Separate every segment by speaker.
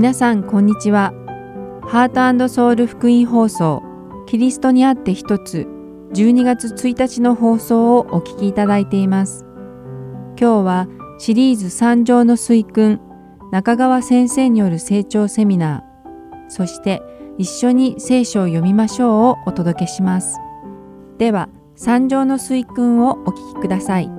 Speaker 1: 皆さんこんにちは。ハート&ソウル福音放送キリストにあって一つ12月1日の放送をお聞きいただいています。今日はシリーズ三条の水訓中川先生による成長セミナー、そして一緒に聖書を読みましょうをお届けします。では三条の水訓をお聞きください。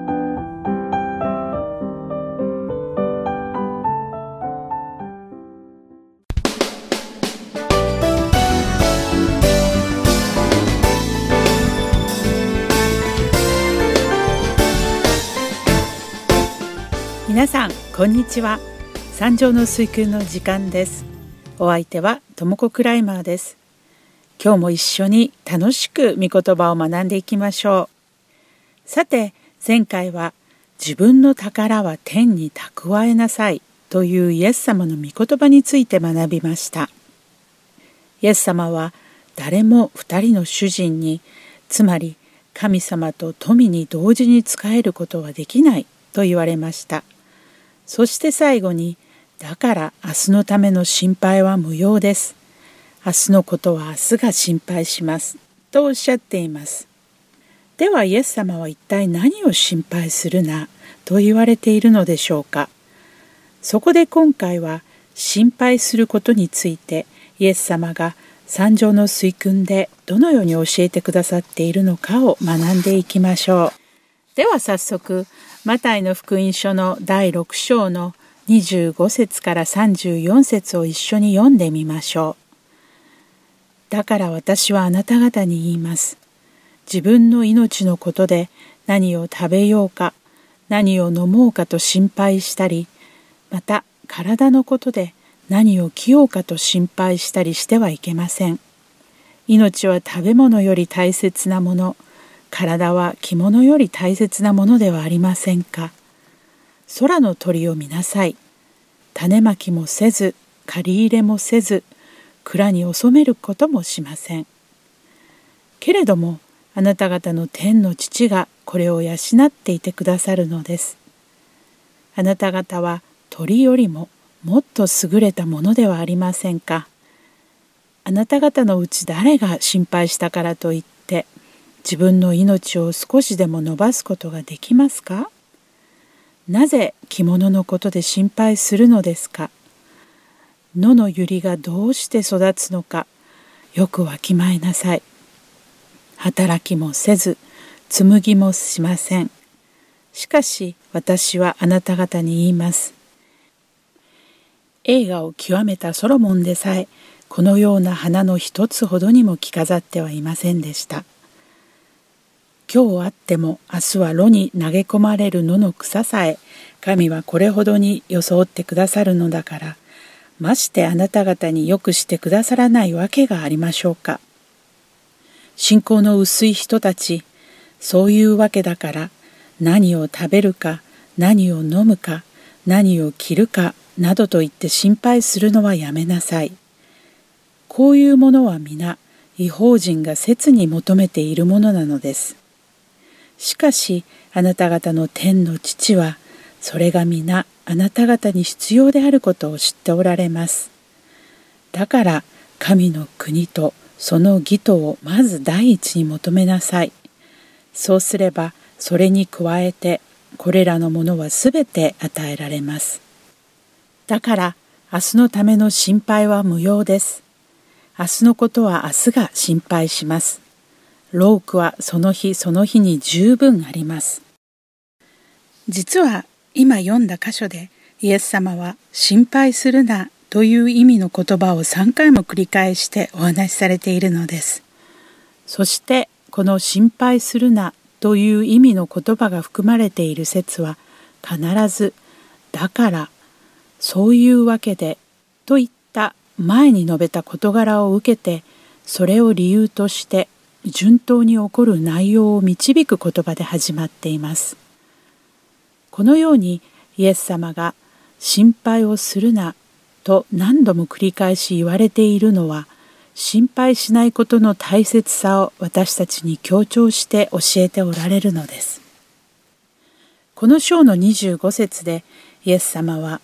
Speaker 2: 皆さんこんにちは。三条の水訓の時間です。お相手はともこクライマーです。今日も一緒に楽しく御言葉を学んでいきましょう。さて前回は自分の宝は天に蓄えなさいというイエス様の御言葉について学びました。イエス様は誰も二人の主人に、つまり神様と富に同時に仕えることはできないと言われました。そして最後に、だから明日のための心配は無用です。明日のことは明日が心配します。とおっしゃっています。ではイエス様は一体何を心配するなと言われているのでしょうか。そこで今回は心配することについてイエス様が三条の水訓でどのように教えてくださっているのかを学んでいきましょう。では早速、マタイの福音書の第6章の25節から34節を一緒に読んでみましょう。だから私はあなた方に言います。自分の命のことで何を食べようか、何を飲もうかと心配したり、また体のことで何を着ようかと心配したりしてはいけません。命は食べ物より大切なもの、体は着物より大切なものではありませんか。空の鳥を見なさい。種まきもせず、刈り入れもせず、蔵に収めることもしません。けれども、あなた方の天の父がこれを養っていてくださるのです。あなた方は鳥よりももっと優れたものではありませんか。あなた方のうち誰が心配したからといって、自分の命を少しでも伸ばすことができますか。なぜ着物のことで心配するのですか。野の百合がどうして育つのか、よくわきまえなさい。働きもせず、紡ぎもしません。しかし私はあなた方に言います。栄華を極めたソロモンでさえ、このような花の一つほどにも着飾ってはいませんでした。今日あっても明日は炉に投げ込まれる野の草さえ神はこれほどに装ってくださるのだから、ましてあなた方によくしてくださらないわけがありましょうか。信仰の薄い人たち、そういうわけだから何を食べるか、何を飲むか、何を着るかなどと言って心配するのはやめなさい。こういうものは皆異邦人が切に求めているものなのです。しかしあなた方の天の父はそれが皆あなた方に必要であることを知っておられます。だから神の国とその義とをまず第一に求めなさい。そうすればそれに加えてこれらのものはすべて与えられます。だから明日のための心配は無用です。明日のことは明日が心配します。労苦はその日その日に十分あります。実は今読んだ箇所でイエス様は心配するなという意味の言葉を3回も繰り返してお話しされているのです。そしてこの心配するなという意味の言葉が含まれている説は必ずだからそういうわけでといった前に述べた事柄を受けて、それを理由として順当に起こる内容を導く言葉で始まっています。このようにイエス様が心配をするなと何度も繰り返し言われているのは、心配しないことの大切さを私たちに強調して教えておられるのです。この章の25節でイエス様は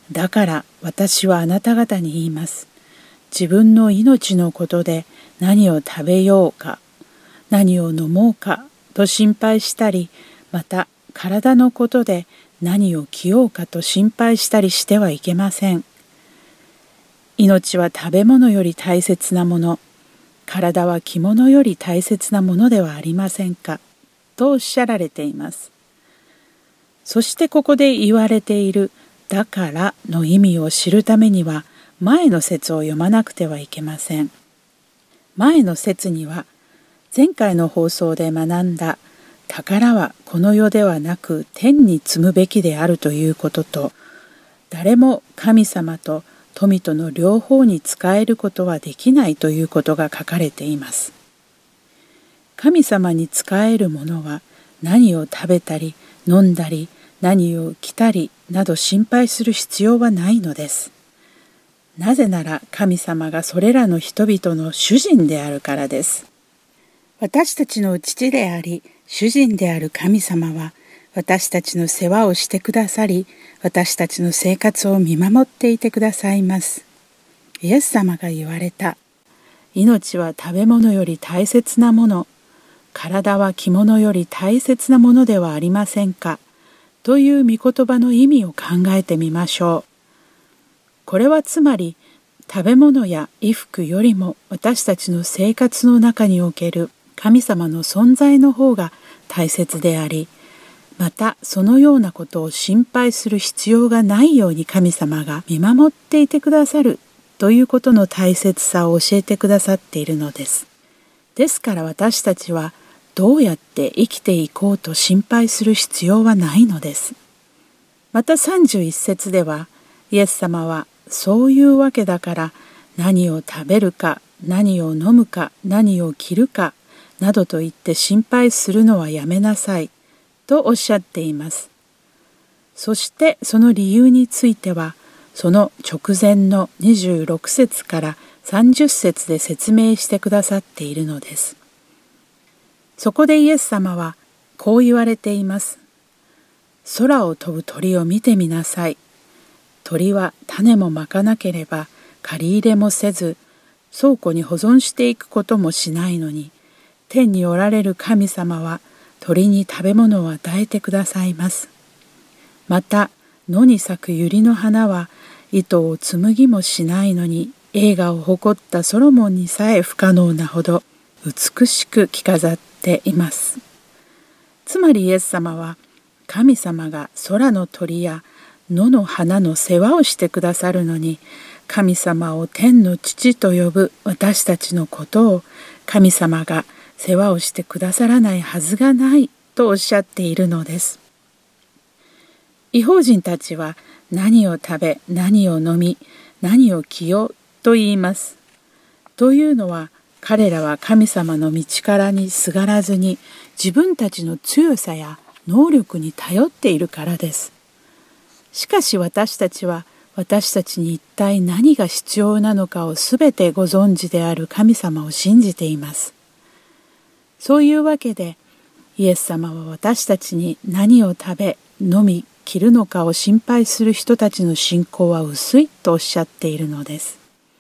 Speaker 2: だから私はあなた方に言います。自分の命のことで何を食べようか、何を飲もうかと心配したり、また体のことで何を着ようかと心配したりしてはいけません。命は食べ物より大切なもの、体は着物より大切なものではありませんか、とおっしゃられています。そしてここで言われているだからの意味を知るためには前の節を読まなくてはいけません。前の節には前回の放送で学んだ宝はこの世ではなく天に積むべきであるということと、誰も神様と富との両方に仕えることはできないということが書かれています。神様に仕える者は何を食べたり飲んだり何を着たりなど心配する必要はないのです。なぜなら神様がそれらの人々の主人であるからです。私たちの父であり主人である神様は私たちの世話をしてくださり、私たちの生活を見守っていてくださいます。イエス様が言われた。命は食べ物より大切なもの、体は着物より大切なものではありませんか、という御言葉の意味を考えてみましょう。これはつまり食べ物や衣服よりも私たちの生活の中における神様の存在の方が大切であり、またそのようなことを心配する必要がないように神様が見守っていてくださるということの大切さを教えてくださっているのです。ですから私たちはどうやって生きていこうと心配する必要はないのです。また31節ではイエス様はそういうわけだから何を食べるか何を飲むか何を着るかなどと言って心配するのはやめなさいとおっしゃっています。そしてその理由についてはその直前の26節から30節で説明してくださっているのです。そこでイエス様はこう言われています。空を飛ぶ鳥を見てみなさい。鳥は種もまかなければ借り入れもせず倉庫に保存していくこともしないのに、天におられる神様は鳥に食べ物を与えてくださいます。また野に咲く百合の花は糸を紡ぎもしないのに、栄華を誇ったソロモンにさえ不可能なほど美しく着飾っています。つまりイエス様は神様が空の鳥や野の花の世話をしてくださるのに、神様を天の父と呼ぶ私たちのことを神様が世話をしてくださらないはずがないとおっしゃっているのです。異邦人たちは何を食べ何を飲み何を着ようと言います。というのは彼らは神様の道からにすがらずに自分たちの強さや能力に頼っているからです。しかし私たちは私たちに一体何が必要なのかをすべてご存知である神様を信じています。そういうわけでイエス様は私たちに何を食べ飲み着るのかを心配する人たちの信仰は薄いとおっしゃっているのです。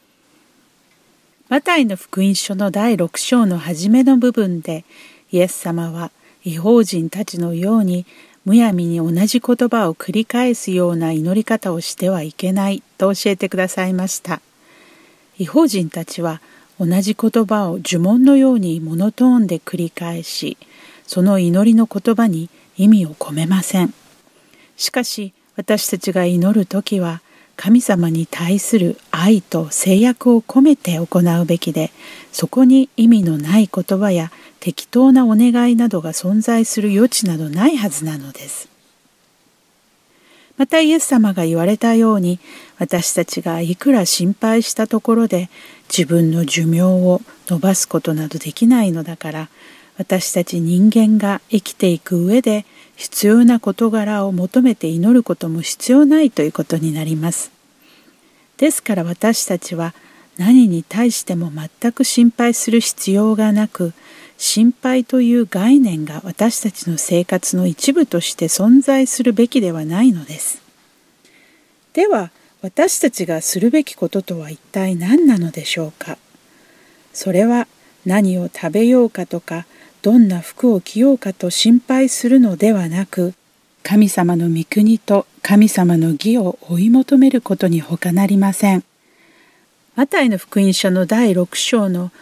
Speaker 2: マタイの福音書の第6章の初めの部分でイエス様は異邦人たちのようにむやみに同じ言葉を繰り返すような祈り方をしてはいけないと教えてくださいました。異邦人たちは同じ言葉を呪文のようにモノトーンで繰り返し、その祈りの言葉に意味を込めません。しかし私たちが祈るときは神様に対する愛と制約を込めて行うべきで、そこに意味のない言葉や適当なお願いなどが存在する余地などないはずなのです。またイエス様が言われたように、私たちがいくら心配したところで自分の寿命を伸ばすことなどできないのだから、私たち人間が生きていく上で必要な事柄を求めて祈ることも必要ないということになります。ですから私たちは何に対しても全く心配する必要がなく、心配という概念が私たちの生活の一部として存在するべきではないのです。では私たちがするべきこととは一体何なのでしょうか。それは何を食べようかとか、どんな服を着ようかと心配するのではなく、神様の御国と神様の義を追い求めることに他なりません。マタイの福音書の第6章の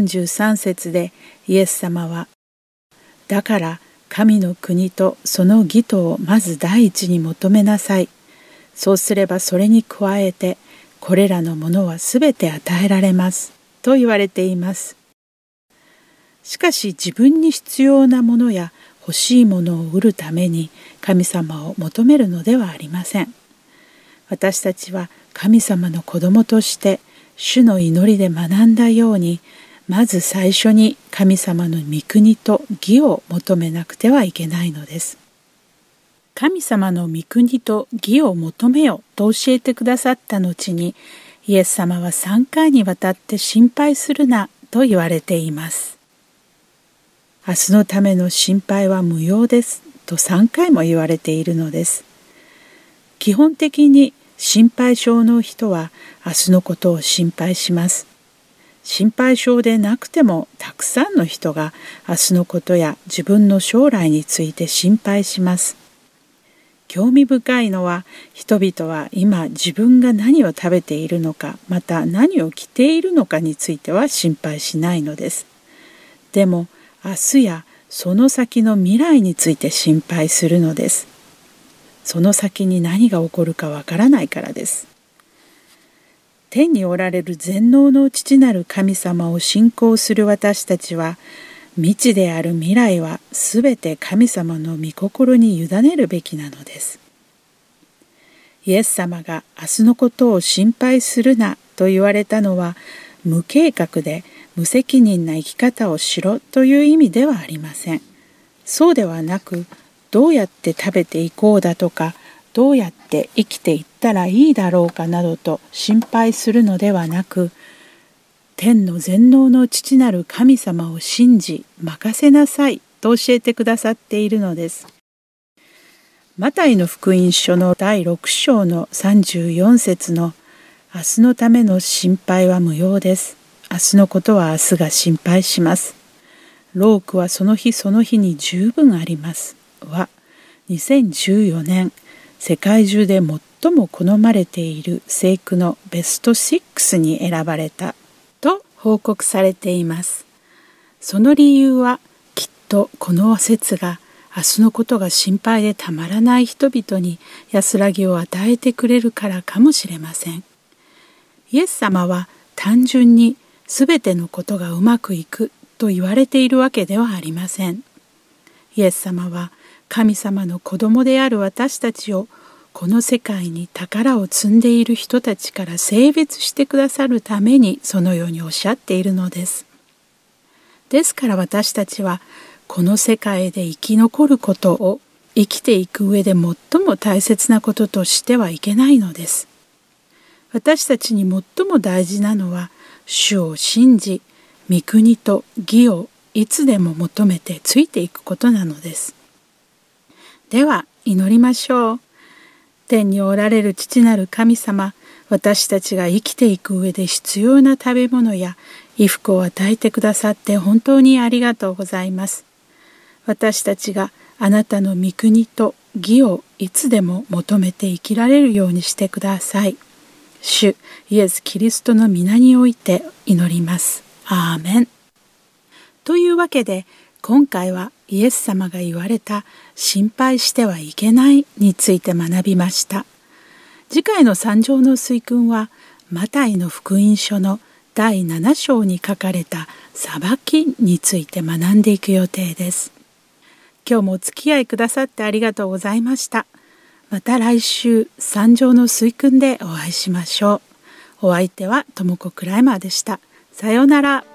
Speaker 2: 33節でイエス様は、だから神の国とその義とをまず第一に求めなさい。そうすればそれに加えてこれらのものはすべて与えられますと言われています。しかし自分に必要なものや欲しいものを売るために神様を求めるのではありません。私たちは神様の子供として主の祈りで学んだように、まず最初に神様の御国と義を求めなくてはいけないのです。神様の御国と義を求めよと教えてくださった後に、イエス様は3回にわたって心配するなと言われています。明日のための心配は無用ですと3回も言われているのです。基本的に心配性の人は明日のことを心配します。心配性でなくてもたくさんの人が明日のことや自分の将来について心配します。興味深いのは、人々は今自分が何を食べているのか、また何を着ているのかについては心配しないのです。でも明日やその先の未来について心配するのです。その先に何が起こるかわからないからです。天におられる全能の父なる神様を信仰する私たちは、未知である未来はすべて神様の御心に委ねるべきなのです。イエス様が明日のことを心配するなと言われたのは、無計画で無責任な生き方をしろという意味ではありません。そうではなく、どうやって食べていこうだとか、どうやって生きていったらいいだろうかなどと心配するのではなく、天の全能の父なる神様を信じ任せなさいと教えてくださっているのです。マタイの福音書の第6章の34節の明日のための心配は無用です。明日のことは明日が心配します。労苦はその日その日に十分ありますは、2014年世界中で最も好まれている聖句のベスト6に選ばれたと報告されています。その理由は、きっとこの説が明日のことが心配でたまらない人々に安らぎを与えてくれるからかもしれません。イエス様は単純にすべてのことがうまくいくと言われているわけではありません。イエス様は神様の子供である私たちをこの世界に宝を積んでいる人たちから性別してくださるためにそのようにおっしゃっているのです。ですから私たちはこの世界で生き残ることを生きていく上で最も大切なこととしてはいけないのです。私たちに最も大事なのは、主を信じ、御国と義をいつでも求めてついていくことなのです。では祈りましょう。天におられる父なる神様、私たちが生きていく上で必要な食べ物や衣服を与えてくださって本当にありがとうございます。私たちがあなたの御国と義をいつでも求めて生きられるようにしてください。主イエス・キリストの皆において祈ります。アーメン。というわけで、今回はイエス様が言われた心配してはいけないについて学びました。次回の三条の水訓はマタイの福音書の第7章に書かれた裁きについて学んでいく予定です。今日もお付き合いくださってありがとうございました。また来週三条の水訓でお会いしましょう。お相手はともこクライマーでした。さようなら。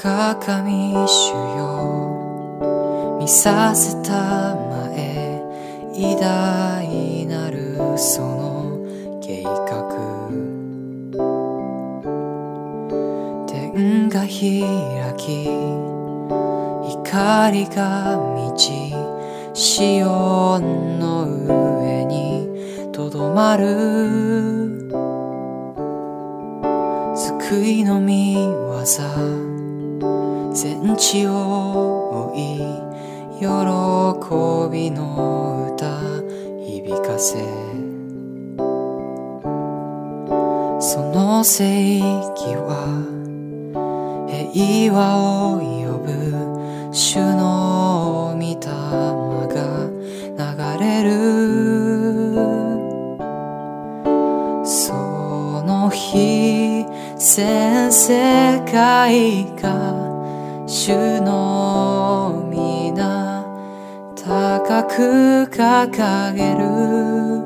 Speaker 3: が神主よ、見させたまえ、偉大なるその計画。天が開き、光が満ち、シオンの上にとどまる。救いの御業、全地を追い、喜びの歌響かせ。その聖域は平和を呼ぶ、主の御霊が流れる。その日、全世界が主の皆高く掲げる。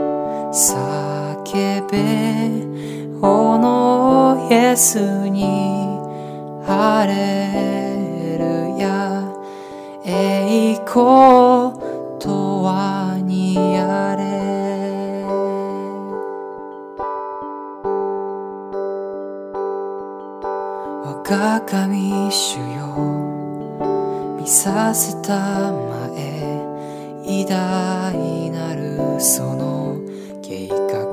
Speaker 3: 叫べ、おのイエスにハレルヤ、栄光とはにあれ。我が神主よ、見させたまえ、偉大なるその計画。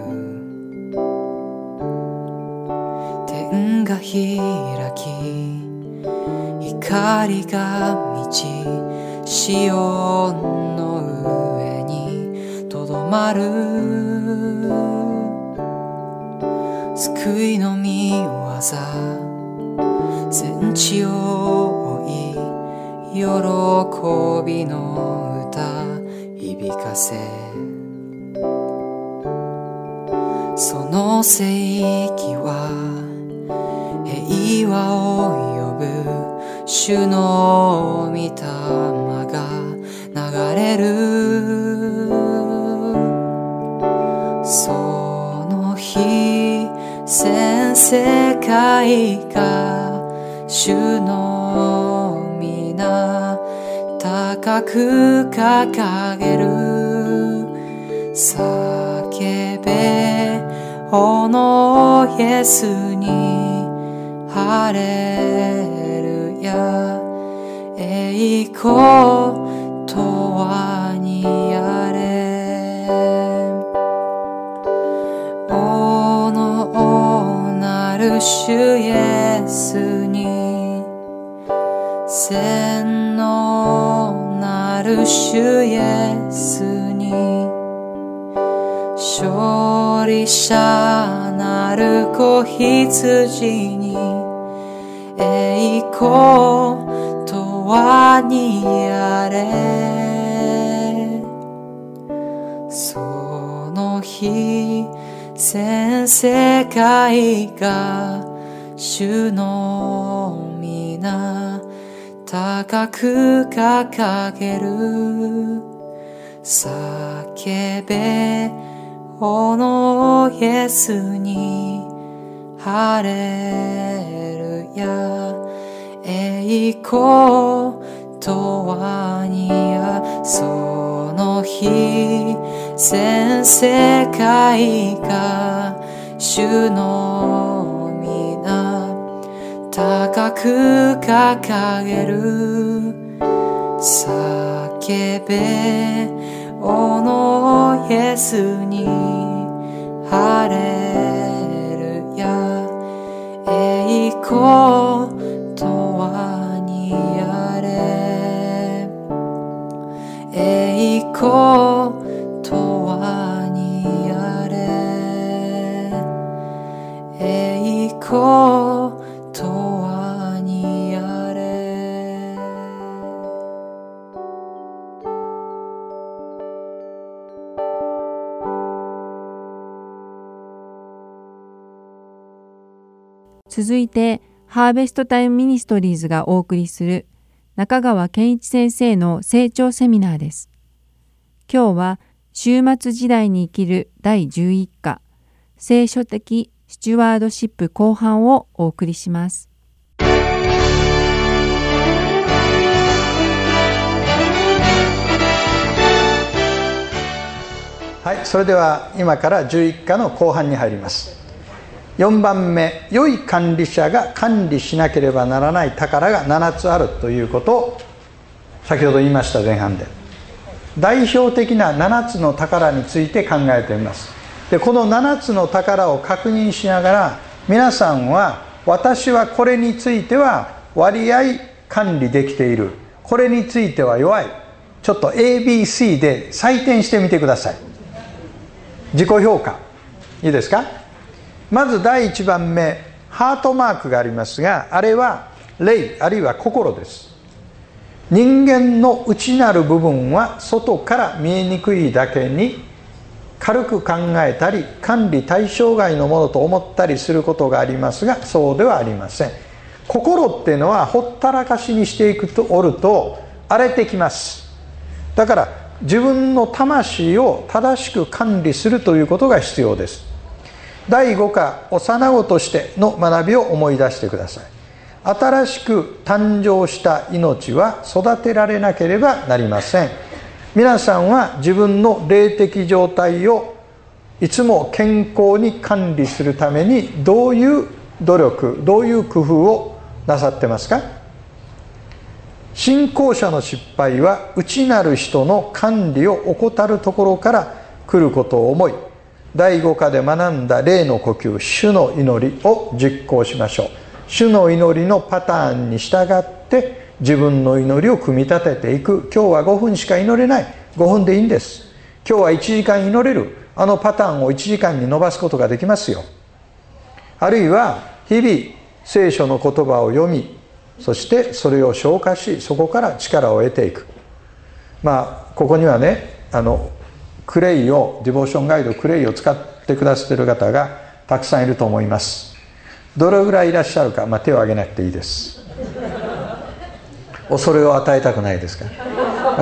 Speaker 3: 天が開き、光が満ち、シオンの上にとどまる。救いの御業、全地を追い、喜びの歌響かせ。その聖域は平和を呼ぶ、主の御霊が流れる。その日、全世界が主の皆高く掲げる。叫べ、おのイエスにハレルヤ、栄光とはにあれ。おのなる主イエスに、全能なる主イエスに、勝利者なる子羊に、栄光とはにあれ。その日、全世界が主の皆高く掲げる。叫べ、おのイエスにハレルヤ、栄光とはにあ。その日、全世界が主の皆高く掲げる。叫べ、おのイエスにハレルヤ、栄光とはにあれ。栄光とはにあれ。栄光とはにあれ。
Speaker 1: 続いてハーベストタイムミニストリーズがお送りする中川健一先生の成長セミナーです。今日は終末時代に生きる第11課、聖書的スチュワードシップ後半をお送りします。
Speaker 4: はい、それでは今から11課の後半に入ります。4番目、良い管理者が管理しなければならない宝が7つあるということを先ほど言いました。前半で代表的な7つの宝について考えてみます。でこの7つの宝を確認しながら、皆さんは私はこれについては割合管理できている、これについては弱い、ちょっと ABC で採点してみてください。自己評価いいですか。まず第1番目、ハートマークがありますが、あれは霊あるいは心です。人間の内なる部分は外から見えにくいだけに、軽く考えたり管理対象外のものと思ったりすることがありますが、そうではありません。心っていうのはほったらかしにしていくとおると荒れてきます。だから自分の魂を正しく管理するということが必要です。第5課、幼子としての学びを思い出してください。新しく誕生した命は育てられなければなりません。皆さんは自分の霊的状態をいつも健康に管理するためにどういう努力、どういう工夫をなさってますか。信仰者の失敗は内なる人の管理を怠るところから来ることを思い、第5課で学んだ霊の呼吸、主の祈りを実行しましょう。主の祈りのパターンに従って自分の祈りを組み立てていく。今日は5分しか祈れない、5分でいいんです。今日は1時間祈れる、あのパターンを1時間に伸ばすことができますよ。あるいは日々聖書の言葉を読み、そしてそれを消化し、そこから力を得ていく。ここにはね、クレイを、ディボーションガイドクレイを使ってくださっている方がたくさんいると思います。どれぐらいいらっしゃるか、手を挙げなくていいです。恐れを与えたくないですから、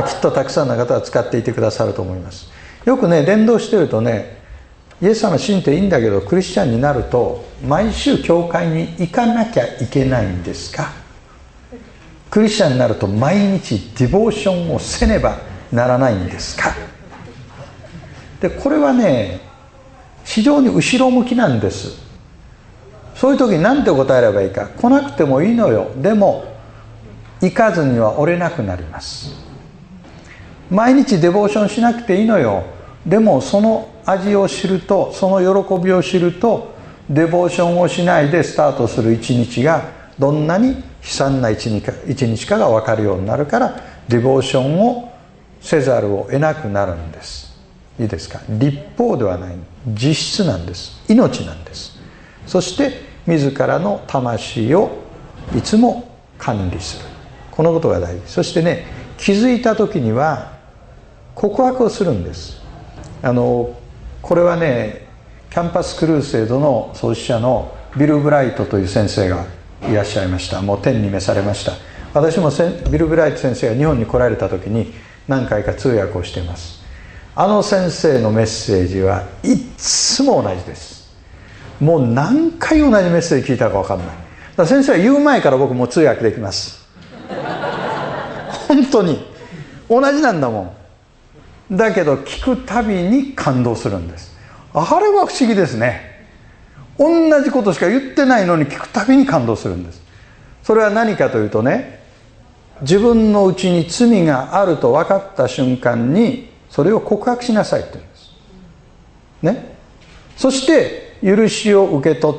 Speaker 4: きっとたくさんの方は使っていてくださると思います。よくね、伝道してるとね、イエス様信じていいんだけどクリスチャンになると毎週教会に行かなきゃいけないんですか。クリスチャンになると毎日ディボーションをせねばならないんですか。でこれはね、非常に後ろ向きなんです。そういう時に何て答えればいいか。来なくてもいいのよ、でも行かずには折れなくなります。毎日デボーションしなくていいのよ、でもその味を知ると、その喜びを知ると、デボーションをしないでスタートする一日がどんなに悲惨な一日かが分かるようになるから、デボーションをせざるを得なくなるんです。いいですか。立法ではない、実質なんです。命なんです。そして自らの魂をいつも管理する、このことが大事。そしてね、気づいた時には告白をするんです。これはね、キャンパスクルーセイドの創始者のビル・ブライトという先生がいらっしゃいました。もう天に召されました。私もビル・ブライト先生が日本に来られた時に何回か通訳をしています。あの先生のメッセージはいつも同じです。もう何回同じメッセージ聞いたか分かんない。だから先生は言う前から僕も通訳できます。本当に同じなんだもん。だけど聞くたびに感動するんです。あれは不思議ですね。同じことしか言ってないのに聞くたびに感動するんです。それは何かというとね、自分のうちに罪があると分かった瞬間にそれを告白しなさいって言うんですね。そして許しを受け取って、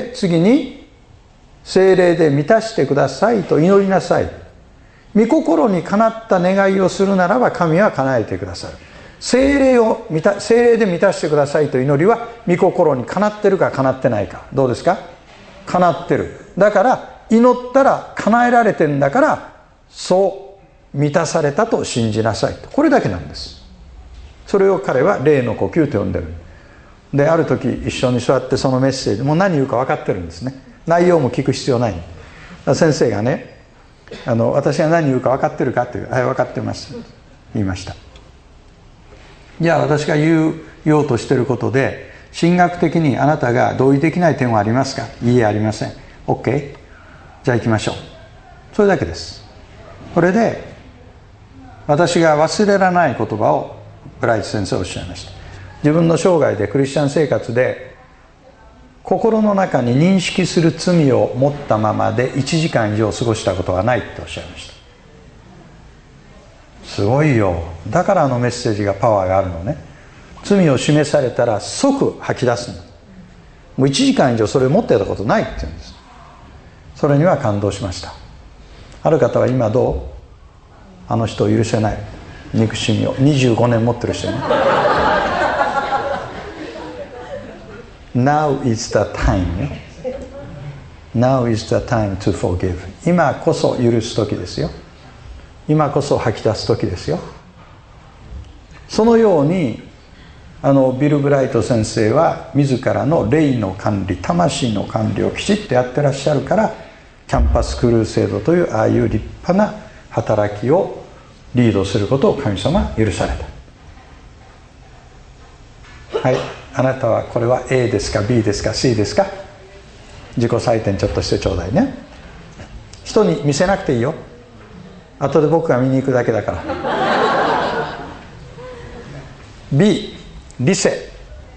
Speaker 4: 次に聖霊で満たしてくださいと祈りなさい。御心にかなった願いをするならば神は叶えてくださる。聖霊で満たしてくださいと祈りは御心にかなってるかかなってないか。どうですか。かなってる。だから祈ったら叶えられてんだから、そう満たされたと信じなさいと。これだけなんです。それを彼は霊の呼吸と呼んでる。である時一緒に座ってそのメッセージ、もう何言うか分かってるんですね。内容も聞く必要ない。先生がね、私が何言うか分かってるかっていう、はい分かってます言いました。じゃあ私が言おうとしていることで神学的にあなたが同意できない点はありますか。いいえありません。 OK、 じゃあ行きましょう。それだけです。これで私が忘れられない言葉をブライト先生はおっしゃいました。 自分の生涯でクリスチャン生活で心の中に認識する罪を持ったままで1時間以上過ごしたことはないっておっしゃいました。すごいよ。だからあのメッセージがパワーがあるのね。罪を示されたら即吐き出すの。もう1時間以上それを持ってたことないって言うんです。それには感動しました。ある方は今どう？あの人を許せない、憎しみを25年持ってる人ね。Now is the time. Now is the time to forgive. 今こそ許す時ですよ。今こそ吐き出す時ですよ。そのようにビル・ブライト先生は自らの霊の管理、魂の管理をきちっとやってらっしゃるから、キャンパスクルーセードというああいう立派な働きをリードすることを神様許された。はい、あなたはこれは A ですか B ですか C ですか。自己採点ちょっとしてちょうだいね。人に見せなくていいよ。後で僕が見に行くだけだから。B、理性。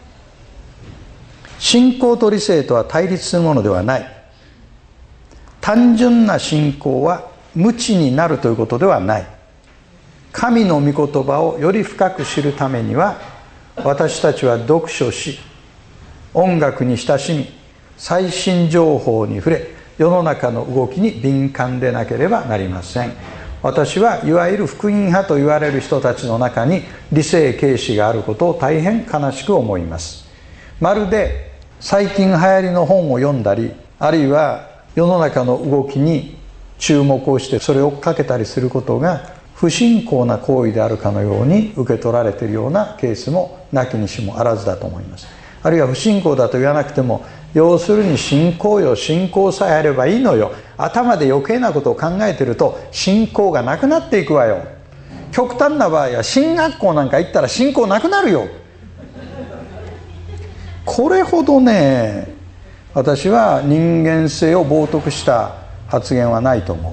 Speaker 4: 信仰と理性とは対立するものではない。単純な信仰は無知になるということではない。神の御言葉をより深く知るためには、私たちは読書し、音楽に親しみ、最新情報に触れ、世の中の動きに敏感でなければなりません。私はいわゆる福音派と言われる人たちの中に理性軽視があることを大変悲しく思います。まるで最近流行りの本を読んだり、あるいは世の中の動きに注目をしてそれを追っかけたりすることが不信仰な行為であるかのように受け取られているようなケースもなきにしもあらずだと思います。あるいは不信仰だと言わなくても、要するに信仰よ、信仰さえあればいいのよ、頭で余計なことを考えてると信仰がなくなっていくわよ。極端な場合は進学校なんか行ったら信仰なくなるよ。これほどね、私は人間性を冒涜した発言はないと思う。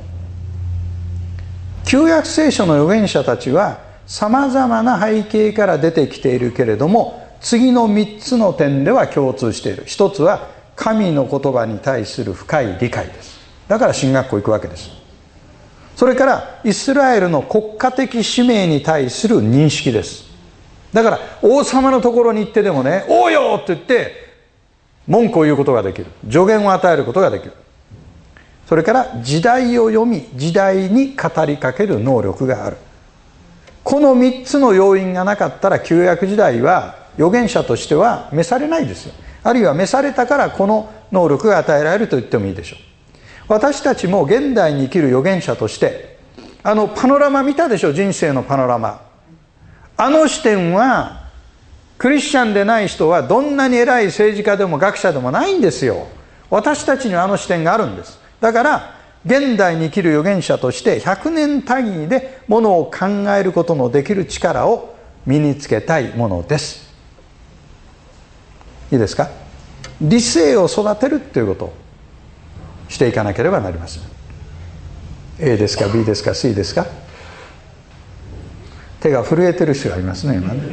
Speaker 4: 旧約聖書の預言者たちはさまざまな背景から出てきているけれども、次の3つの点では共通している。一つは神の言葉に対する深い理解です。だから進学校行くわけです。それからイスラエルの国家的使命に対する認識です。だから王様のところに行ってでもね、おうよって言って文句を言うことができる、助言を与えることができる。それから時代を読み、時代に語りかける能力がある。この3つの要因がなかったら旧約時代は預言者としては召されないですよ。あるいは召されたからこの能力が与えられると言ってもいいでしょう。私たちも現代に生きる預言者としてパノラマ見たでしょ。人生のパノラマ。あの視点はクリスチャンでない人はどんなに偉い政治家でも学者でもないんですよ。私たちにはあの視点があるんです。だから現代に生きる預言者として100年単位でものを考えることのできる力を身につけたいものです。いいですか。理性を育てるということをしていかなければなりません。 A ですか B ですか C ですか。手が震えてる人がいますね今ね。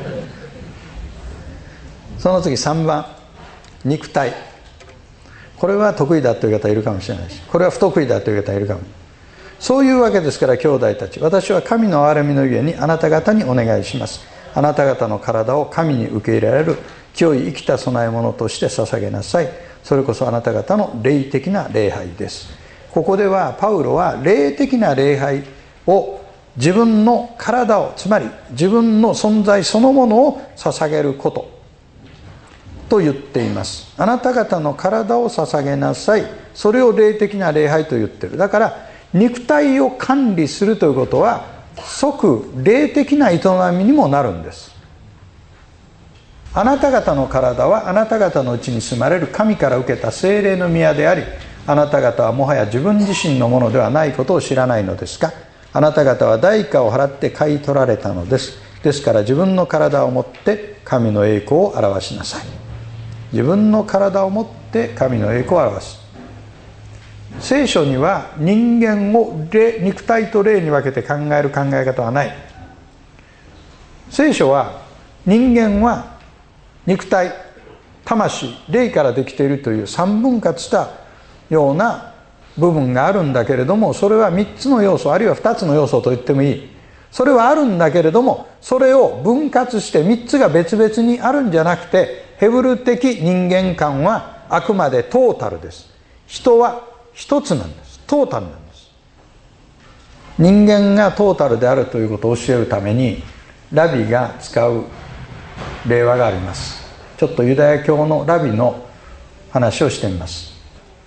Speaker 4: その次3番、肉体。これは得意だという方いるかもしれないし、これは不得意だという方いるかも。そういうわけですから、兄弟たち、私は神の憐れみのゆえにあなた方にお願いします。あなた方の体を神に受け入れられる清い生きた供え物として捧げなさい。それこそあなた方の霊的な礼拝です。ここではパウロは霊的な礼拝を自分の体を、つまり自分の存在そのものを捧げることと言っています。あなた方の体を捧げなさい。それを霊的な礼拝と言ってる。だから肉体を管理するということは即霊的な営みにもなるんです。あなた方の体はあなた方のうちに住まれる神から受けた聖霊の宮であり、あなた方はもはや自分自身のものではないことを知らないのですか。あなた方は代価を払って買い取られたのです。ですから自分の体をもって神の栄光を表しなさい。自分の体をもって神の栄光を表す。聖書には人間を肉体と霊に分けて考える考え方はない。聖書は人間は肉体、魂、霊からできているという三分割したような部分があるんだけれども、それは3つの要素、あるいは2つの要素と言ってもいい。それはあるんだけれども、それを分割して3つが別々にあるんじゃなくて、ヘブル的人間観はあくまでトータルです。人は一つなんです。トータルなんです。人間がトータルであるということを教えるために、ラビが使う例話があります。ちょっとユダヤ教のラビの話をしてみます。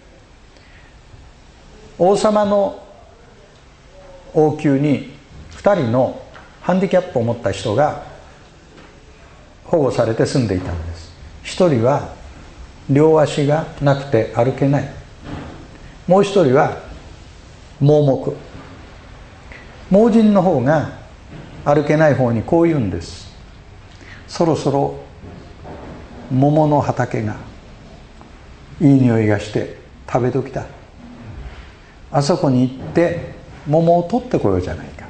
Speaker 4: 王様の王宮に2人のハンディキャップを持った人が保護されて住んでいたんです。1人は両足がなくて歩けない。もう1人は盲目。盲人の方が歩けない方にこう言うんです。そろそろ桃の畑がいい匂いがして食べ時だ。あそこに行って桃を取ってこようじゃないか。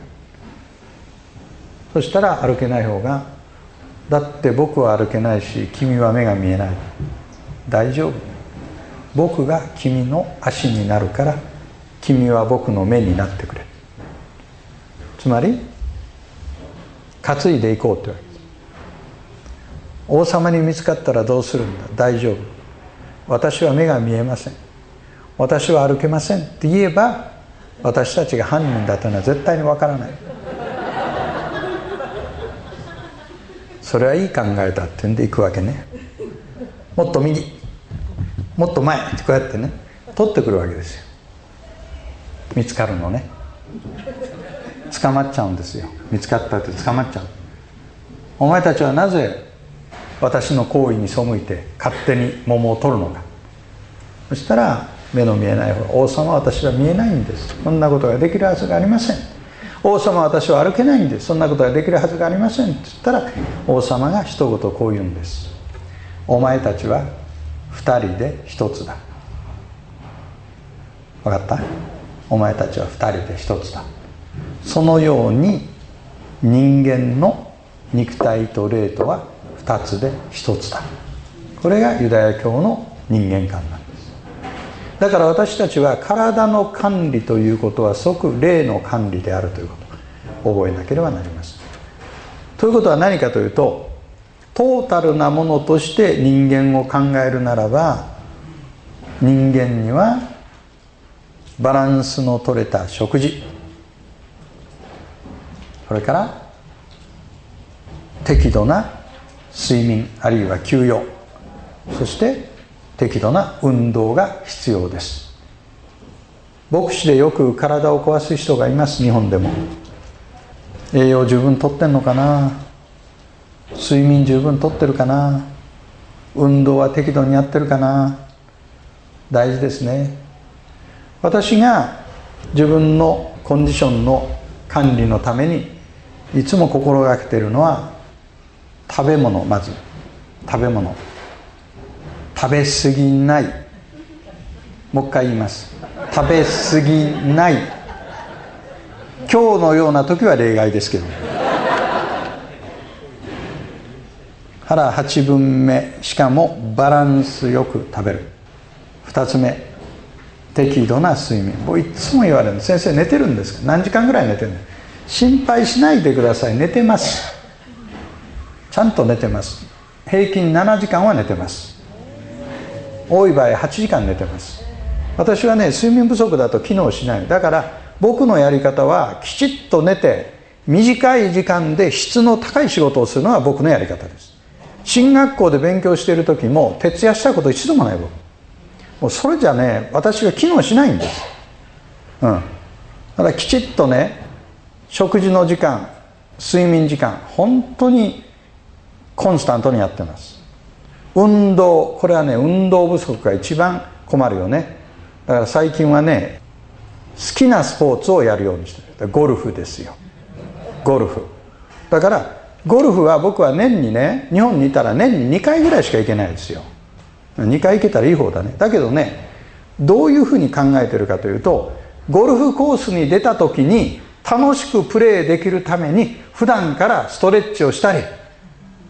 Speaker 4: そしたら歩けない方が、だって僕は歩けないし君は目が見えない。大丈夫。僕が君の足になるから君は僕の目になってくれ。つまり担いでいこうというわけです。王様に見つかったらどうするんだ。大丈夫。私は目が見えません。私は歩けませんって言えば、私たちが犯人だというのは絶対にわからない。それはいい考えだって言うんで行くわけね。もっと右、もっと前ってこうやってね、取ってくるわけですよ。見つかるのね。捕まっちゃうんですよ。見つかったって捕まっちゃう。お前たちはなぜ私の行為に背いて勝手に桃を取るのか。そしたら目の見えない方、王様は私は見えないんです。そんなことができるはずがありません。王様は私は歩けないんです。そんなことができるはずがありませんって言ったら、王様が一言こう言うんです。お前たちは二人で一つだ。分かった？お前たちは二人で一つだ。そのように人間の肉体と霊とは二つで一つだ。これがユダヤ教の人間観なんです。だから私たちは体の管理ということは即霊の管理であるということを覚えなければなりません。ということは何かというと、トータルなものとして人間を考えるならば、人間にはバランスの取れた食事、それから適度な睡眠あるいは休養、そして適度な運動が必要です。牧師でよく体を壊す人がいます。日本でも栄養十分とってんのかな、睡眠十分とってるかな、運動は適度にやってるかな。大事ですね。私が自分のコンディションの管理のためにいつも心がけているのは、食べ物。まず食べ物、食べ過ぎない。もう一回言います。食べ過ぎない。今日のような時は例外ですけど、腹8分目、しかもバランスよく食べる。2つ目、適度な睡眠。僕いつも言われる。先生寝てるんですか？何時間ぐらい寝てるの？心配しないでください。寝てます。ちゃんと寝てます。平均7時間は寝てます。多い場合8時間寝てます。私はね、睡眠不足だと機能しない。だから僕のやり方は、きちっと寝て短い時間で質の高い仕事をするのが僕のやり方です。進学校で勉強している時も徹夜したこと一度もない。僕もうそれじゃね、私が機能しないんです。だからきちっとね、食事の時間、睡眠時間、本当にコンスタントにやってます。運動、これはね、運動不足が一番困るよね。だから最近はね、好きなスポーツをやるようにしてる。ゴルフですよ。ゴルフ。だからゴルフは僕は年にね、日本にいたら年に2回ぐらいしか行けないですよ。2回行けたらいい方だね。だけどね、どういうふうに考えてるかというと、ゴルフコースに出た時に楽しくプレーできるために普段からストレッチをしたり、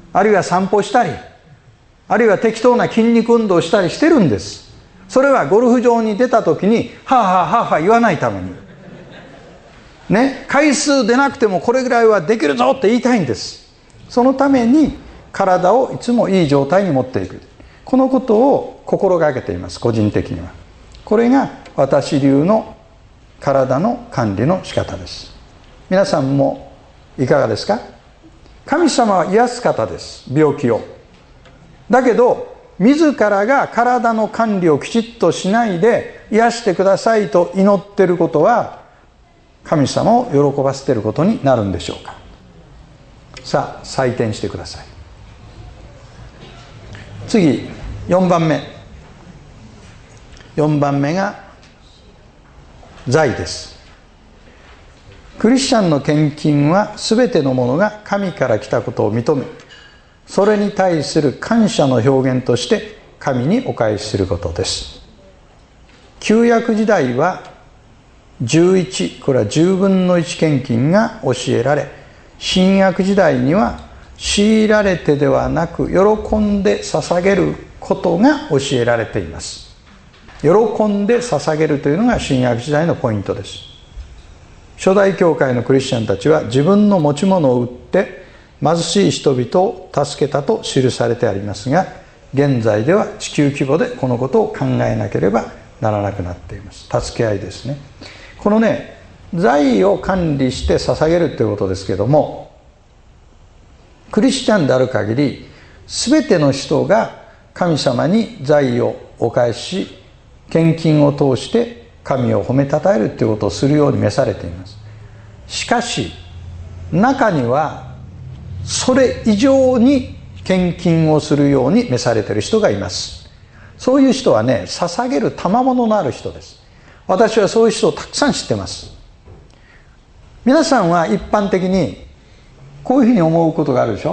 Speaker 4: あるいは散歩したり、あるいは適当な筋肉運動をしたりしてるんです。それはゴルフ場に出た時にはあはあはあはあ言わないためにね、回数出なくてもこれぐらいはできるぞって言いたいんです。そのために体をいつもいい状態に持っていく、このことを心がけています。個人的にはこれが私流の体の管理の仕方です。皆さんもいかがですか？神様は癒す方です、病気を。だけど自らが体の管理をきちっとしないで癒してくださいと祈っていることは神様を喜ばせていることになるんでしょうか？さあ採点してください。次4番目が財です。クリスチャンの献金は全てのものが神から来たことを認め、それに対する感謝の表現として神にお返しすることです。旧約時代は11、これは10分の1献金が教えられ、新約時代には強いられてではなく喜んで捧げることが教えられています。喜んで捧げるというのが新約時代のポイントです。初代教会のクリスチャンたちは自分の持ち物を売って貧しい人々を助けたと記されてありますが、現在では地球規模でこのことを考えなければならなくなっています。助け合いですね。このね、財を管理して捧げるということですけども、クリスチャンである限り全ての人が神様に財をお返しし、献金を通して神を褒めたたえるということをするように召されています。しかし中にはそれ以上に献金をするように召されている人がいます。そういう人はね、捧げる賜物のある人です。私はそういう人をたくさん知ってます。皆さんは一般的にこういうふうに思うことがあるでしょ。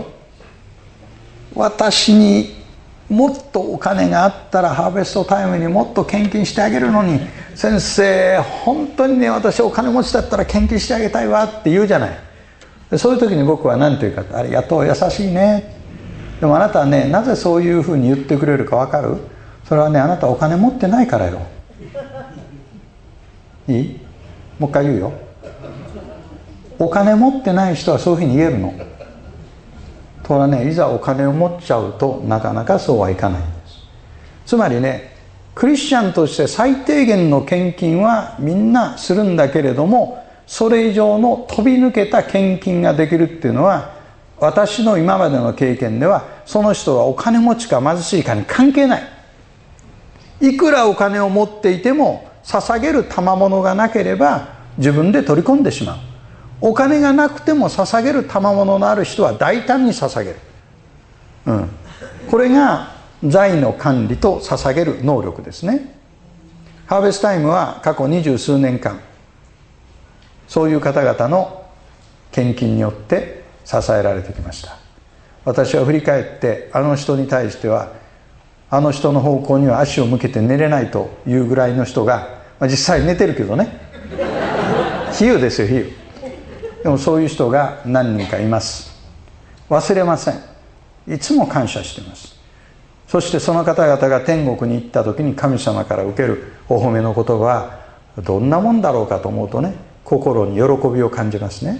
Speaker 4: 私にもっとお金があったらハーベストタイムにもっと献金してあげるのに、先生本当にね、私お金持ちだったら献金してあげたいわって言うじゃない。そういう時に僕は何て言うか、ありがとう、優しいね。でもあなたはね、なぜそういうふうに言ってくれるか分かる？それはね、あなたお金持ってないからよ。いい？もう一回言うよ。お金持ってない人はそういうふうに言えるの。ところがね、いざお金を持っちゃうとなかなかそうはいかないんです。つまりね、クリスチャンとして最低限の献金はみんなするんだけれども、それ以上の飛び抜けた献金ができるっていうのは、私の今までの経験ではその人がお金持ちか貧しいかに関係ない。いくらお金を持っていても捧げる賜物がなければ自分で取り込んでしまう。お金がなくても捧げる賜物のある人は大胆に捧げる、これが財の管理と捧げる能力ですね。ハーベストタイムは過去20数年間、そういう方々の献金によって支えられてきました。私は振り返って、あの人に対してはあの人の方向には足を向けて寝れないというぐらいの人が、実際寝てるけどね、比喩ですよ、比喩。でもそういう人が何人かいます。忘れません。いつも感謝しています。そしてその方々が天国に行った時に神様から受けるお褒めの言葉はどんなもんだろうかと思うとね、心に喜びを感じますね。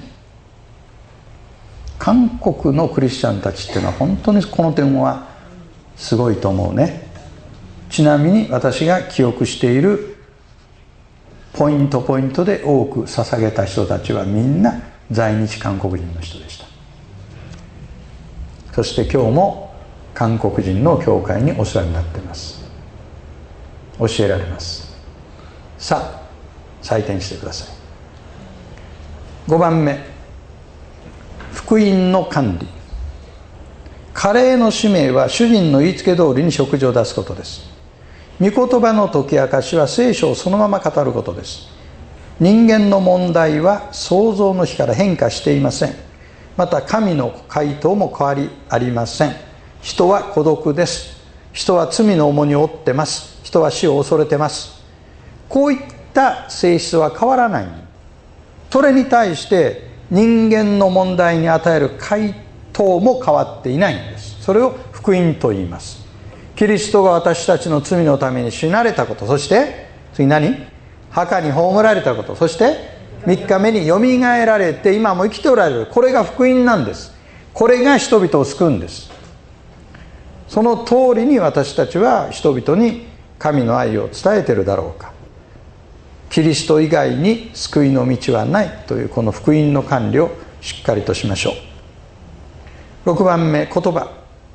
Speaker 4: 韓国のクリスチャンたちっていうのは本当にこの点はすごいと思うね。ちなみに私が記憶しているポイントで多く捧げた人たちはみんな在日韓国人の人でした。そして今日も韓国人の教会にお世話になっています。教えられます。さあ採点してください。5番目、福音の管理。家令の使命は主人の言いつけ通りに食事を出すことです。御言葉の解き明かしは聖書をそのまま語ることです。人間の問題は創造の日から変化していません。また神の回答も変わりありません。人は孤独です。人は罪の重荷を負ってます。人は死を恐れてます。こういった性質は変わらない。それに対して人間の問題に与える回等も変わっていないんです。それを福音と言います。キリストが私たちの罪のために死なれたこと、そして次何？墓に葬られたこと、そして3日目によみがえられて今も生きておられる。これが福音なんです。これが人々を救うんです。その通りに私たちは人々に神の愛を伝えているだろうか。キリスト以外に救いの道はないというこの福音の管理をしっかりとしましょう。6番目、言葉。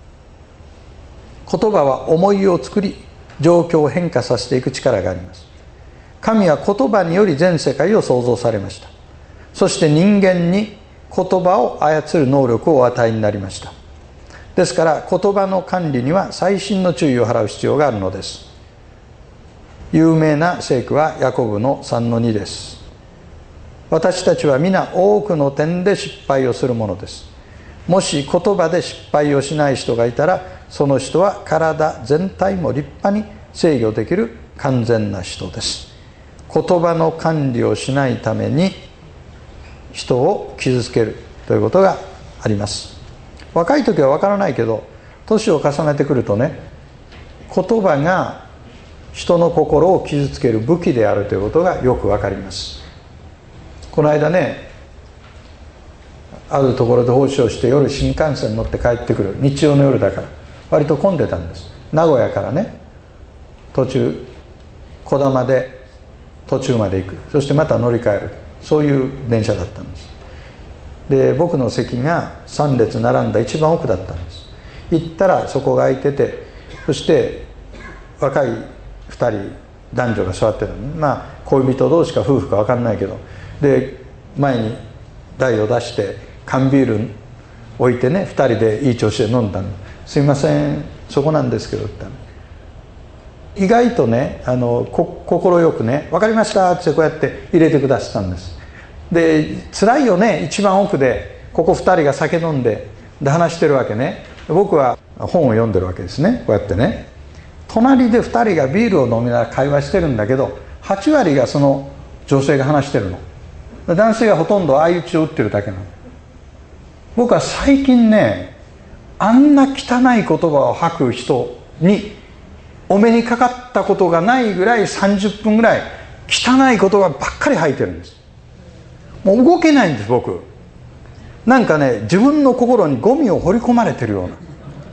Speaker 4: 言葉は思いを作り状況を変化させていく力があります。神は言葉により全世界を創造されました。そして人間に言葉を操る能力をお与えになりました。ですから言葉の管理には細心の注意を払う必要があるのです。有名な聖句はヤコブの 3-2 です。私たちは皆多くの点で失敗をするものです。もし言葉で失敗をしない人がいたら、その人は体全体も立派に制御できる完全な人です。言葉の管理をしないために人を傷つけるということがあります。若い時は分からないけど、年を重ねてくるとね、言葉が人の心を傷つける武器であるということがよく分かります。この間ね、あるところで奉仕をして夜新幹線に乗って帰ってくる、日曜の夜だから割と混んでたんです。名古屋からね、途中児玉で途中まで行く、そしてまた乗り換える、そういう電車だったんです。で、僕の席が3列並んだ一番奥だったんです。行ったらそこが空いてて、そして若い2人男女が座ってたのね。まあ恋人同士か夫婦か分かんないけど、で前に台を出して缶ビール置いてね、2人でいい調子で飲んだの。すいません、そこなんですけどって言ったの。意外とね、快くね、分かりましたってこうやって入れてくださったんです。で、辛いよね、一番奥でここ2人が酒飲んで話してるわけね。僕は本を読んでるわけですね、こうやってね。隣で2人がビールを飲みながら会話してるんだけど、8割がその女性が話してるの。男性がほとんど相打ちを打ってるだけなの。僕は最近ね、あんな汚い言葉を吐く人にお目にかかったことがないぐらい、30分ぐらい汚い言葉ばっかり吐いてるんです。もう動けないんです。僕なんかね、自分の心にゴミを掘り込まれてるような、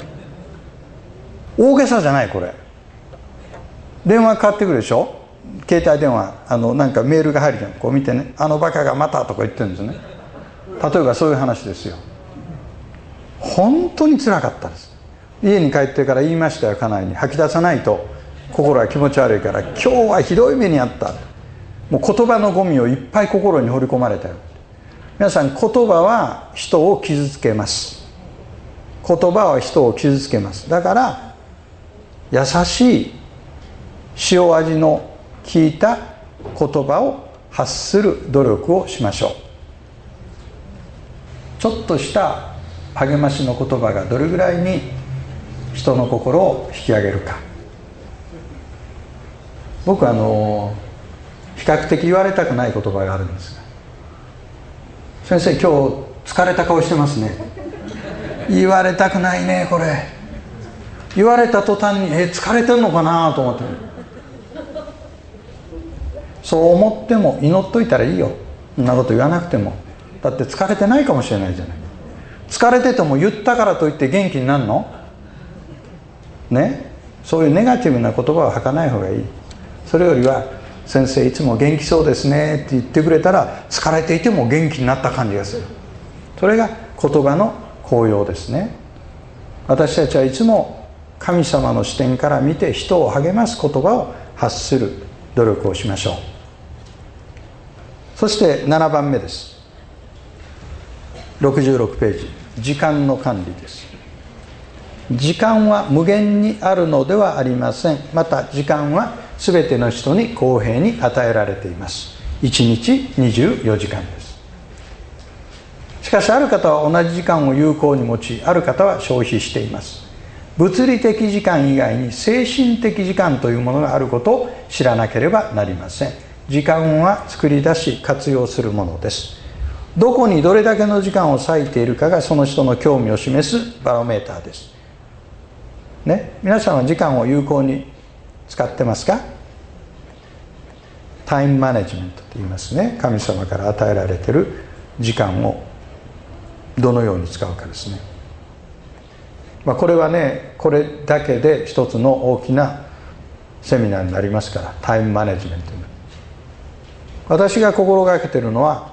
Speaker 4: 大げさじゃないこれ。電話かかってくるでしょ、携帯電話、なんかメールが入るじゃん、こう見てね、あのバカがまたとか言ってるんですね。例えばそういう話ですよ。本当につらかったです。家に帰ってから言いましたよ、家内に。吐き出さないと心が気持ち悪いから、今日はひどい目にあった。もう言葉のゴミをいっぱい心に掘り込まれたよ。皆さん、言葉は人を傷つけます。言葉は人を傷つけます。だから優しい塩味の効いた言葉を発する努力をしましょう。ちょっとした励ましの言葉がどれぐらいに人の心を引き上げるか。僕は比較的言われたくない言葉があるんですが、先生今日疲れた顔してますね。言われたくないね。これ言われた途端に疲れてるのかなと思って、そう思っても祈っといたらいいよ。そんなこと言わなくても。だって疲れてないかもしれないじゃない。疲れてても言ったからといって元気になるのね。そういうネガティブな言葉を吐かない方がいい。それよりは、先生いつも元気そうですねって言ってくれたら、疲れていても元気になった感じがする。それが言葉の効用ですね。私たちはいつも神様の視点から見て人を励ます言葉を発する努力をしましょう。そして7番目です。66ページ、時間の管理です。時間は無限にあるのではありません。また時間はすべての人に公平に与えられています。1日24時間です。しかしある方は同じ時間を有効に用い、ある方は消費しています。物理的時間以外に精神的時間というものがあることを知らなければなりません。時間は作り出し活用するものです。 どこにどれだけの時間を割いているかがその人の興味を示すバロメーターです、ね、皆さんは時間を有効に使ってますか？タイムマネジメントと言いますね。神様から与えられている時間をどのように使うかですね。これはね、これだけで一つの大きなセミナーになりますから、タイムマネジメント。私が心がけているのは、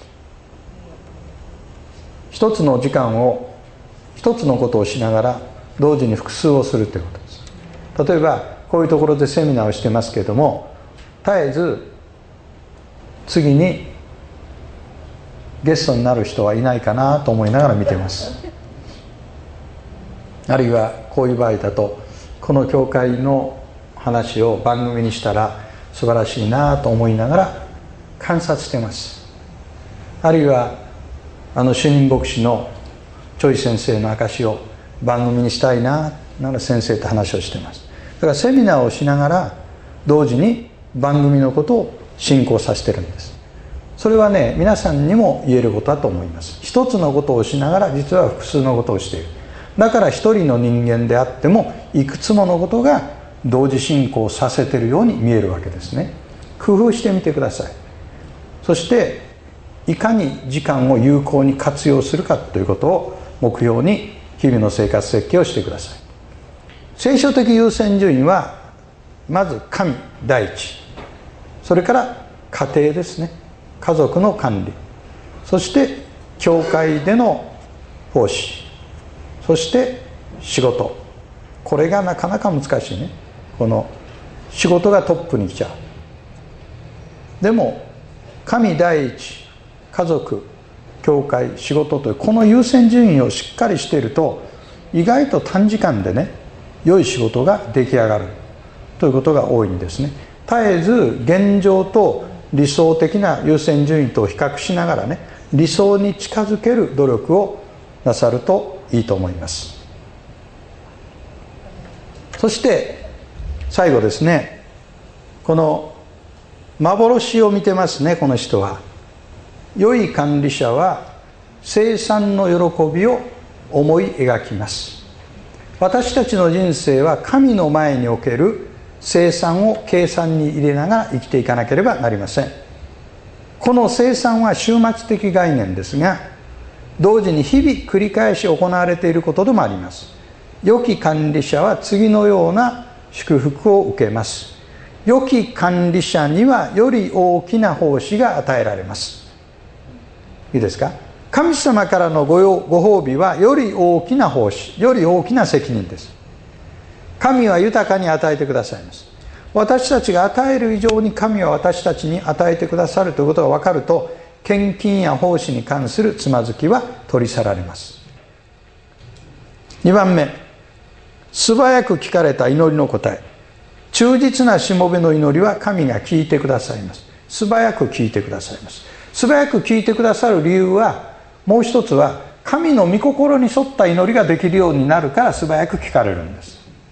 Speaker 4: 一つの時間を一つのことをしながら同時に複数をするということです。例えばこういうところでセミナーをしてますけれども、絶えず次にゲストになる人はいないかなと思いながら見ています。あるいはこういう場合だと、この教会の話を番組にしたら素晴らしいなと思いながら観察しています。あるいは主任牧師のチョイ先生の証を番組にしたいなら先生と話をしています。だからセミナーをしながら同時に番組のことを進行させてるんです。それはね、皆さんにも言えることだと思います。一つのことをしながら実は複数のことをしている。だから一人の人間であってもいくつものことが同時進行させているように見えるわけですね。工夫してみてください。そしていかに時間を有効に活用するかということを目標に日々の生活設計をしてください。聖書的優先順位はまず神第一、それから家庭ですね、家族の管理、そして教会での奉仕、そして仕事。これがなかなか難しいね。この仕事がトップに来ちゃう。でも神第一、家族、教会、仕事というこの優先順位をしっかりしていると、意外と短時間でね、良い仕事が出来上がるということが多いんですね。絶えず現状と理想的な優先順位と比較しながらね、理想に近づける努力をなさるといいと思います。そして最後ですね、この幻を見てますね。この人は、良い管理者は生産の喜びを思い描きます。私たちの人生は神の前における生産を計算に入れながら生きていかなければなりません。この生産は終末的概念ですが、同時に日々繰り返し行われていることでもあります。良き管理者は次のような祝福を受けます。良き管理者にはより大きな奉仕が与えられます。いいですか？神様からのご褒美はより大きな奉仕、より大きな責任です。神は豊かに与えてくださいます。私たちが与える以上に神は私たちに与えてくださるということが分かると、献金や奉仕に関するつまずきは取り去られます。2番目、素早く聞かれた祈りの答え。忠実なしもべの祈りは神が聞いてくださいます。素早く聞いてくださいます。素早く聞いてくださる理由は、もう一つは神の御心に沿った祈りができるようになるから素早く聞かれるんです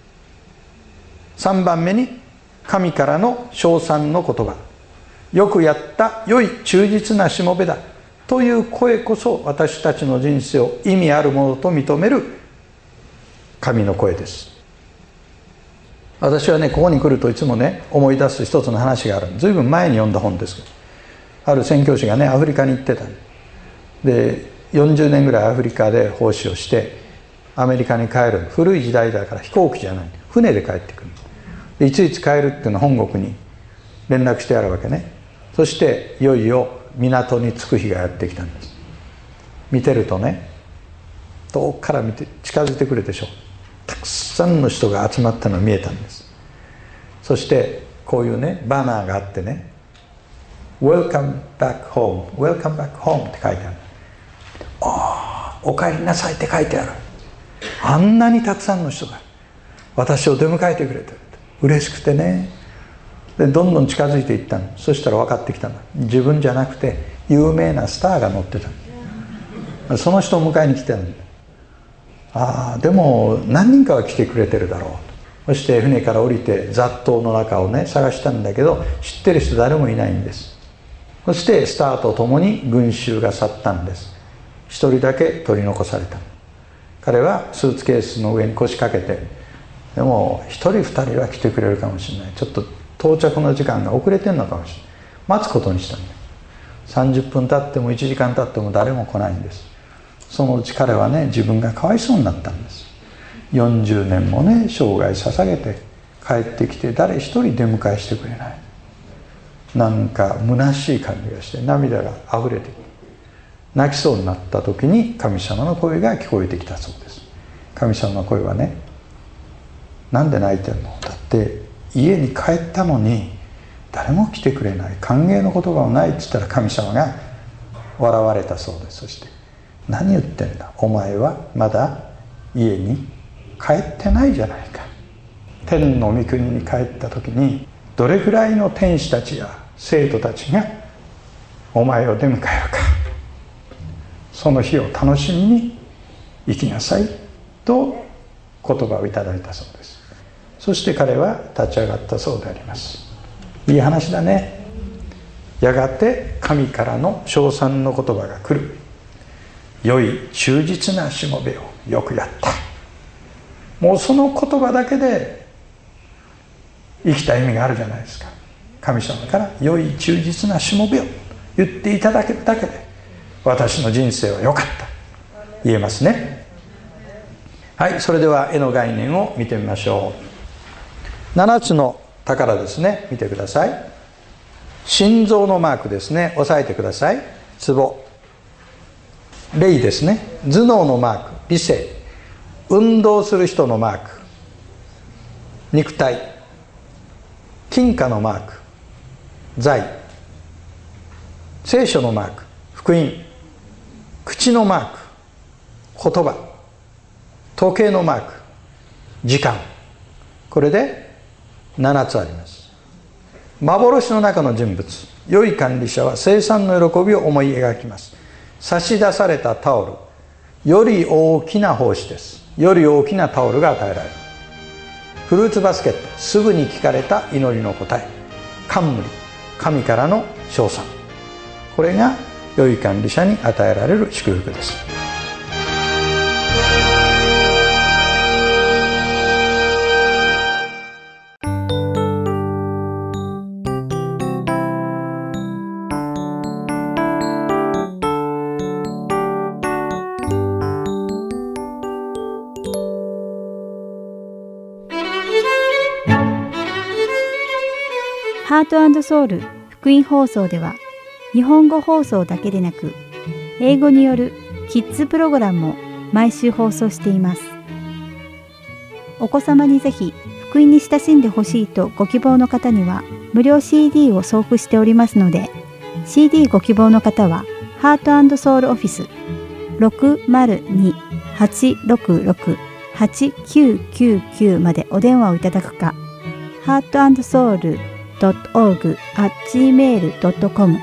Speaker 4: 。3番目に、神からの称賛の言葉。よくやった、良い忠実なしもべだという声こそ、私たちの人生を意味あるものと認める神の声です。私はね、ここに来るといつもね、思い出す一つの話がある。ずいぶん前に読んだ本ですけど、ある宣教師がね、アフリカに行ってた。で40年ぐらいアフリカで奉仕をしてアメリカに帰る。古い時代だから飛行機じゃない、船で帰ってくる。でいついつ帰るっていうのを本国に連絡してあるわけね。そしていよいよ港に着く日がやってきたんです。見てるとね、遠くから見て近づいてくるでしょ。たくさんの人が集まったのが見えたんです。そしてこういうねバナーがあってね、 Welcome back home, Welcome back home って書いてある。お帰りなさいって書いてある。あんなにたくさんの人が私を出迎えてくれてる。嬉しくてね。でどんどん近づいていったの。そしたら分かってきたの。自分じゃなくて有名なスターが乗ってた。その人を迎えに来てるんだ。でも何人かは来てくれてるだろう。そして船から降りて雑踏の中をね探したんだけど、知ってる人誰もいないんです。 そしてスターとともに群衆が去ったんです。一人だけ取り残された。彼はスーツケースの上に腰掛けて、でも一人二人は来てくれるかもしれない、ちょっと到着の時間が遅れてるのかもしれない、待つことにしたんだ。30分経っても1時間経っても誰も来ないんです。そのうち彼はね、自分がかわいそうになったんです。40年もね、生涯捧げて帰ってきて誰一人出迎えしてくれない。なんか虚しい感じがして涙があふれてきて、泣きそうになった時に神様の声が聞こえてきたそうです。神様の声はね、なんで泣いてんの？だって家に帰ったのに誰も来てくれない、歓迎の言葉もないって言ったら、神様が笑われたそうです。そして、何言ってんだ、お前はまだ家に帰ってないじゃないか。天の御国に帰った時にどれくらいの天使たちや生徒たちがお前を出迎えるか、その日を楽しみに生きなさいと言葉をいただいたそうです。そして彼は立ち上がったそうであります。いい話だね。やがて神からの称賛の言葉が来る。良い忠実なしもべをよくやった。もうその言葉だけで生きた意味があるじゃないですか。神様から良い忠実なしもべを言っていただけるだけで、私の人生は良かった言えますね。はい、それでは絵の概念を見てみましょう。7つの宝ですね、見てください。心臓のマークですね、押さえてください。壺、霊ですね。頭脳のマーク、理性。運動する人のマーク、肉体。金貨のマーク、財。聖書のマーク、福音。口のマーク、言葉。時計のマーク、時間。これで7つあります。幻の中の人物、良い管理者は生産の喜びを思い描きます。差し出されたタオル、より大きな奉仕です。より大きなタオルが与えられる。フルーツバスケット、すぐに聞かれた祈りの答え。冠、神からの称賛。これが良い管理者に与えられる祝福です。
Speaker 5: ハート&ソウル福音放送では、日本語放送だけでなく英語によるキッズプログラムも毎週放送しています。お子様にぜひ福音に親しんでほしいとご希望の方には無料 CD を送付しておりますので、 CD ご希望の方はハート&ソウルオフィス 602-866-8999 までお電話をいただくか、heartandsoul.org@gmail.com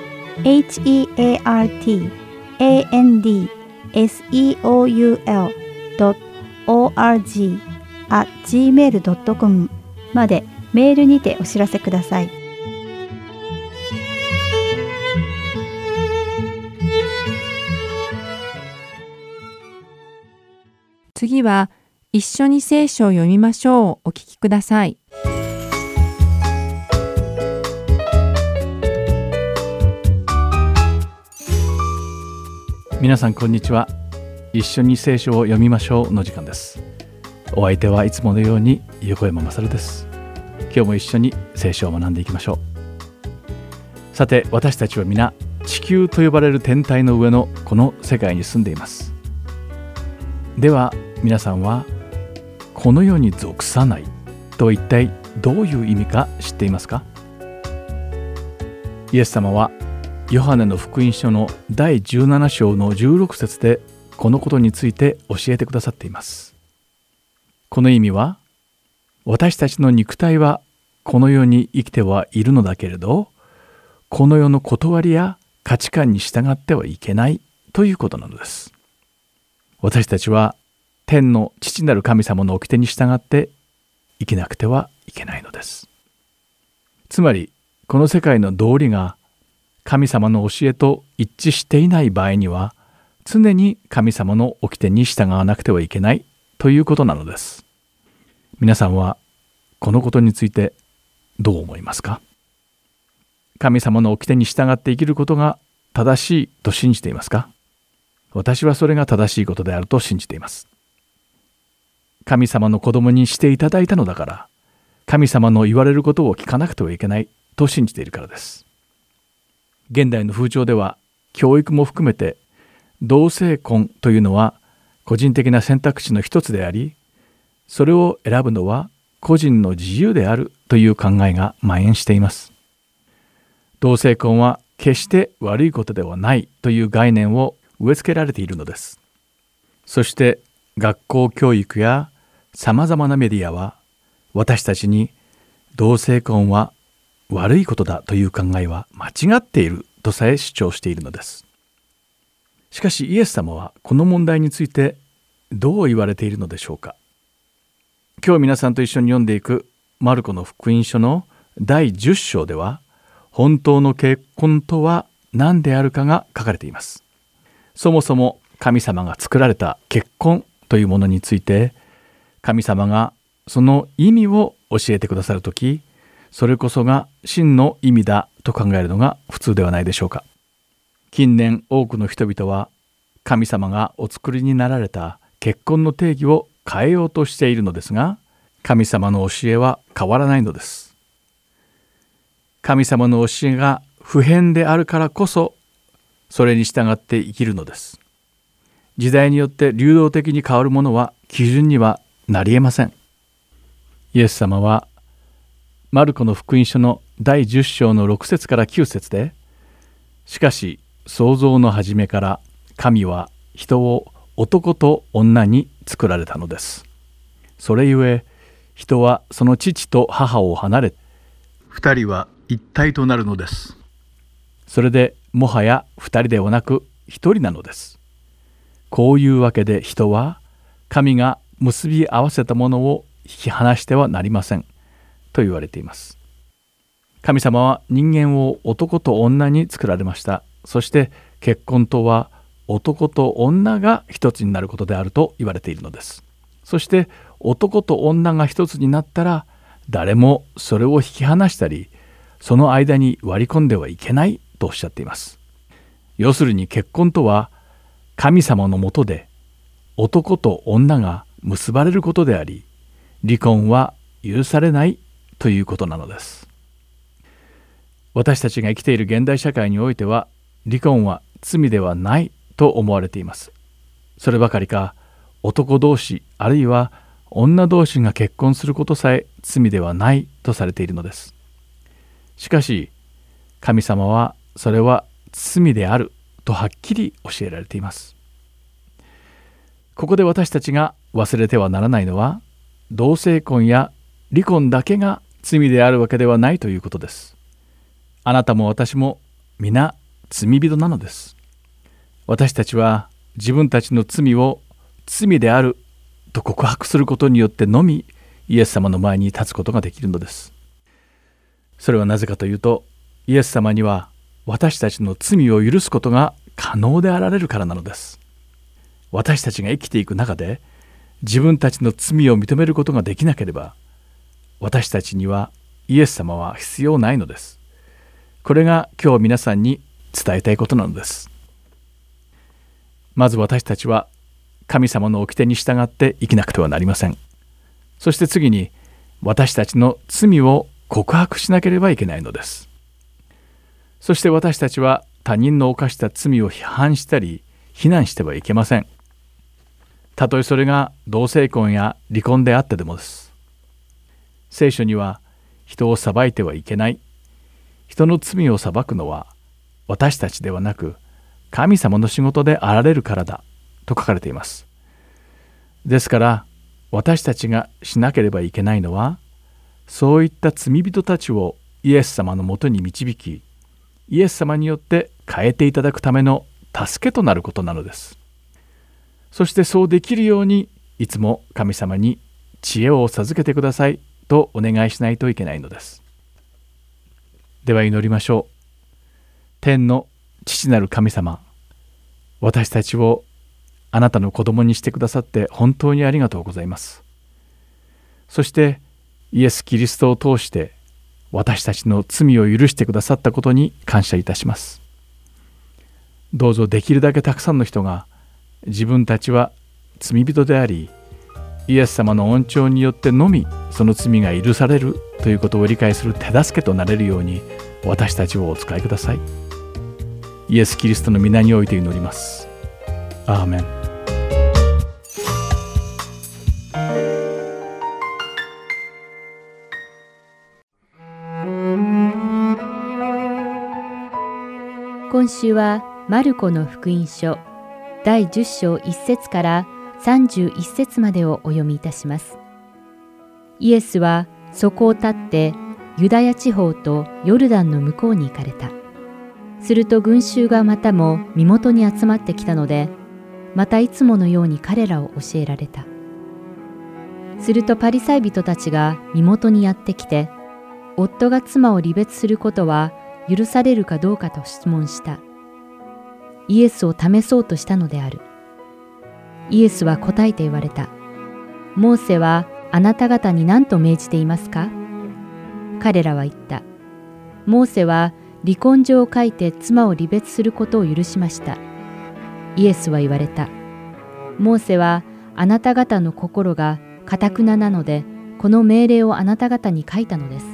Speaker 5: heartandseoul.org@gmail.com までメールにてお知らせください。
Speaker 1: 次は一緒に聖書を読みましょうをお聞きください。
Speaker 6: 皆さんこんにちは。一緒に聖書を読みましょうの時間です。お相手はいつものように横山勝です。今日も一緒に聖書を学んでいきましょう。さて、私たちは皆地球と呼ばれる天体の上のこの世界に住んでいます。では皆さんはこの世に属さないと一体どういう意味か知っていますか？イエス様はヨハネの福音書の第17章の16節でこのことについて教えてくださっています。この意味は、私たちの肉体はこの世に生きてはいるのだけれど、この世の断りや価値観に従ってはいけないということなのです。私たちは天の父なる神様の掟に従って生きなくてはいけないのです。つまり、この世界の道理が神様の教えと一致していない場合には、常に神様の掟に従わなくてはいけないということなのです。皆さんはこのことについてどう思いますか？神様の掟に従って生きることが正しいと信じていますか？私はそれが正しいことであると信じています。神様の子供にしていただいたのだから、神様の言われることを聞かなくてはいけないと信じているからです。現代の風潮では、教育も含めて同性婚というのは個人的な選択肢の一つであり、それを選ぶのは個人の自由であるという考えが蔓延しています。同性婚は決して悪いことではないという概念を植え付けられているのです。そして学校教育やさまざまなメディアは、私たちに同性婚は悪いことだという考えは間違っているとさえ主張しているのです。しかしイエス様はこの問題についてどう言われているのでしょうか。今日皆さんと一緒に読んでいくマルコの福音書の第10章では、本当の結婚とは何であるかが書かれています。そもそも神様が作られた結婚というものについて、神様がその意味を教えてくださるとき、それこそが真の意味だと考えるのが普通ではないでしょうか。近年多くの人々は神様がお作りになられた結婚の定義を変えようとしているのですが、神様の教えは変わらないのです。神様の教えが不変であるからこそ、それに従って生きるのです。時代によって流動的に変わるものは基準にはなり得ません。イエス様はマルコの福音書の第10章の6節から9節で、しかし創造の初めから神は人を男と女に作られたのです。それゆえ人はその父と母を離れ、二人は一体となるのです。それでもはや二人ではなく一人なのです。こういうわけで人は神が結び合わせたものを引き離してはなりませんと言われています。神様は人間を男と女に作られました。そして結婚とは男と女が一つになることであると言われているのです。そして男と女が一つになったら、誰もそれを引き離したり、その間に割り込んではいけないとおっしゃっています。要するに結婚とは神様の下で男と女が結ばれることであり、離婚は許されないということなのです。私たちが生きている現代社会においては、離婚は罪ではないと思われています。そればかりか、男同士あるいは女同士が結婚することさえ罪ではないとされているのです。しかし神様はそれは罪であるとはっきり教えられています。ここで私たちが忘れてはならないのは、同性婚や離婚だけが罪であるわけではないということです。あなたも私も皆罪人なのです。私たちは自分たちの罪を罪であると告白することによってのみ、イエス様の前に立つことができるのです。それはなぜかというと、イエス様には私たちの罪を許すことが可能であられるからなのです。私たちが生きていく中で自分たちの罪を認めることができなければ、私たちにはイエス様は必要ないのです。これが今日皆さんに伝えたいことなのです。まず私たちは神様の掟に従って生きなくてはなりません。そして次に私たちの罪を告白しなければいけないのです。そして私たちは他人の犯した罪を批判したり非難してはいけません。たとえそれが同性婚や離婚であってでもです。聖書には人を裁いてはいけない、人の罪を裁くのは私たちではなく神様の仕事であられるからだと書かれています。ですから私たちがしなければいけないのは、そういった罪人たちをイエス様のもとに導き、イエス様によって変えていただくための助けとなることなのです。そしてそうできるようにいつも神様に知恵を授けてくださいとお願いしないといけないのです。では祈りましょう。 天の父なる神様、私たちをあなたの子供にしてくださって本当にありがとうございます。そしてイエス・キリストを通して私たちの罪を許してくださったことに感謝いたします。どうぞできるだけたくさんの人が自分たちは罪人であり、イエス様の恩寵によってのみその罪が許されるということを理解する手助けとなれるように私たちをお使いください。イエス・キリストの皆において祈ります。アーメン。
Speaker 5: 今週はマルコの福音書第10章1節から31節までをお読みいたします。イエスはそこを立ってユダヤ地方とヨルダンの向こうに行かれた。すると群衆がまたも身元に集まってきたので、またいつものように彼らを教えられた。するとパリサイ人たちが身元にやってきて、夫が妻を離別することは許されるかどうかと質問した。イエスを試そうとしたのである。イエスは答えて言われた。モーセはあなた方に何と命じていますか？彼らは言った。モーセは離婚状を書いて妻を離別することを許しました。イエスは言われた。モーセはあなた方の心が頑ななので、この命令をあなた方に書いたのです。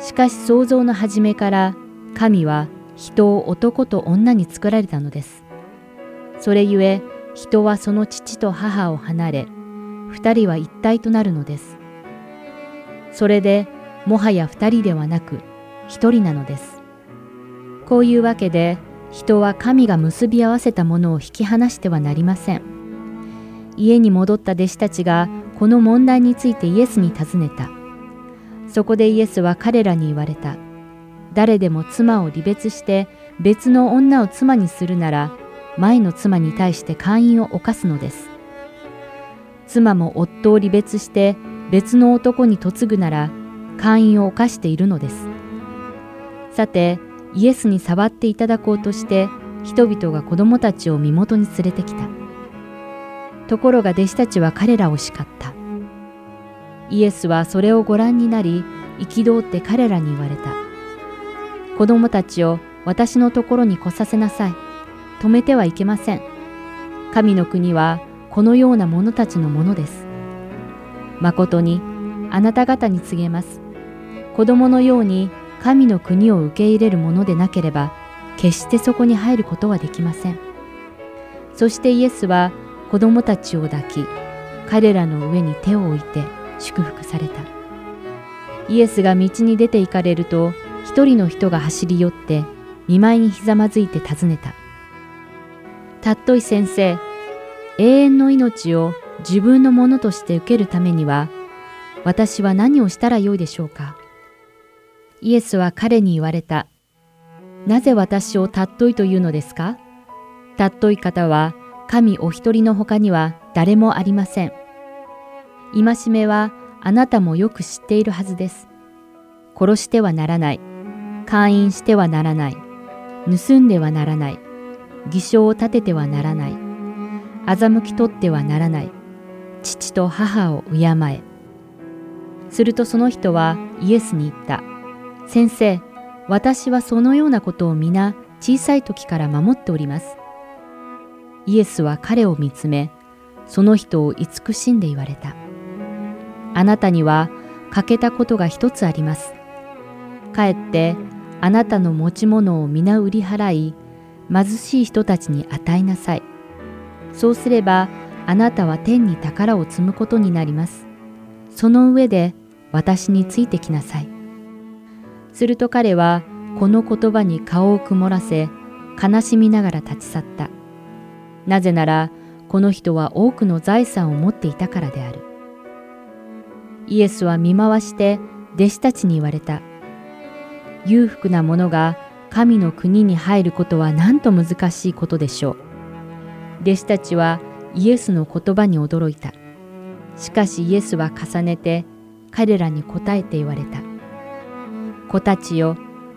Speaker 5: しかし創造の初めから神は人を男と女に作られたのです。それゆえ人はその父と母を離れ、二人は一体となるのです。それでもはや二人ではなく一人なのです。こういうわけで人は神が結び合わせたものを引き離してはなりません。家に戻った弟子たちがこの問題についてイエスに尋ねた。そこでイエスは彼らに言われた。誰でも妻を離別して別の女を妻にするなら、前の妻に対して姦淫を犯すのです。妻も夫を離別して別の男に嫁ぐなら、姦淫を犯しているのです。さて、イエスに触っていただこうとして、人々が子供たちを身元に連れてきた。ところが弟子たちは彼らを叱った。イエスはそれをご覧になり、憤って彼らに言われた。子供たちを私のところに来させなさい。止めてはいけません。神の国はこのような者たちのものです。まことにあなた方に告げます。子供のように神の国を受け入れるものでなければ、決してそこに入ることはできません。そしてイエスは子供たちを抱き、彼らの上に手を置いて祝福された。イエスが道に出て行かれると、一人の人が走り寄って、見舞いにひざまずいて尋ねた。たっとい先生、永遠の命を自分のものとして受けるためには、私は何をしたらよいでしょうか？イエスは彼に言われた。なぜ私をたっといというのですか？たっとい方は神お一人の他には誰もありません。戒めはあなたもよく知っているはずです。殺してはならない。姦淫してはならない。盗んではならない。偽証を立ててはならない。欺き取ってはならない。父と母を敬え。するとその人はイエスに言った。先生、私はそのようなことを皆小さい時から守っております。イエスは彼を見つめ、その人を慈しんで言われた。あなたには欠けたことが一つあります。かえってあなたの持ち物を皆売り払い、貧しい人たちに与えなさい。そうすればあなたは天に宝を積むことになります。その上で私についてきなさい。すると彼はこの言葉に顔を曇らせ、悲しみながら立ち去った。なぜならこの人は多くの財産を持っていたからである。イエスは見回して弟子たちに言われた。裕福な者が神の国に入ることはなんと難しいことでしょう。弟子たちはイエスの言葉に驚いた。しかしイエスは重ねて彼らに答えて言われた。子たちよ、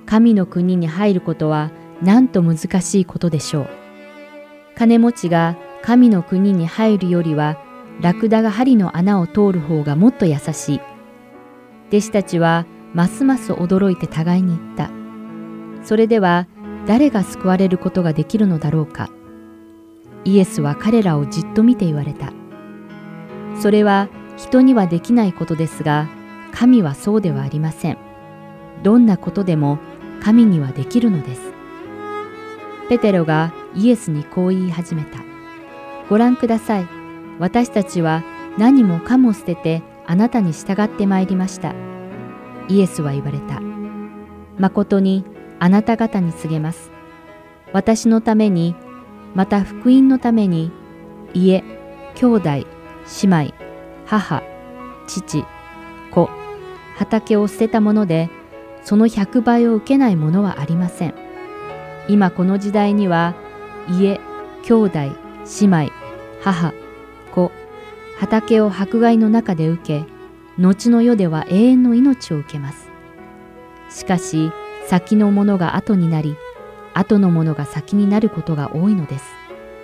Speaker 7: 神の国に入ることはなんと難しいことでしょう。金持ちが神の国に入るよりは、ラクダが針の穴を通る方がもっと優しい。弟子たちはますます驚いて互いに言った。それでは誰が救われることができるのだろうか。イエスは彼らをじっと見て言われた。それは人にはできないことですが、神はそうではありません。どんなことでも神にはできるのです。ペテロがイエスにこう言い始めた。ご覧ください。私たちは何もかも捨ててあなたに従ってまいりました。イエスは言われた。誠にあなた方に告げます。私のために、また福音のために、家、兄弟、姉妹、母、父、子、畑を捨てたもので、その100倍を受けないものはありません。今この時代には、家、兄弟、姉妹、母、子、畑を迫害の中で受け、後の世では永遠の命を受けます。しかし、先のものが後になり、後のものが先になることが多いのです。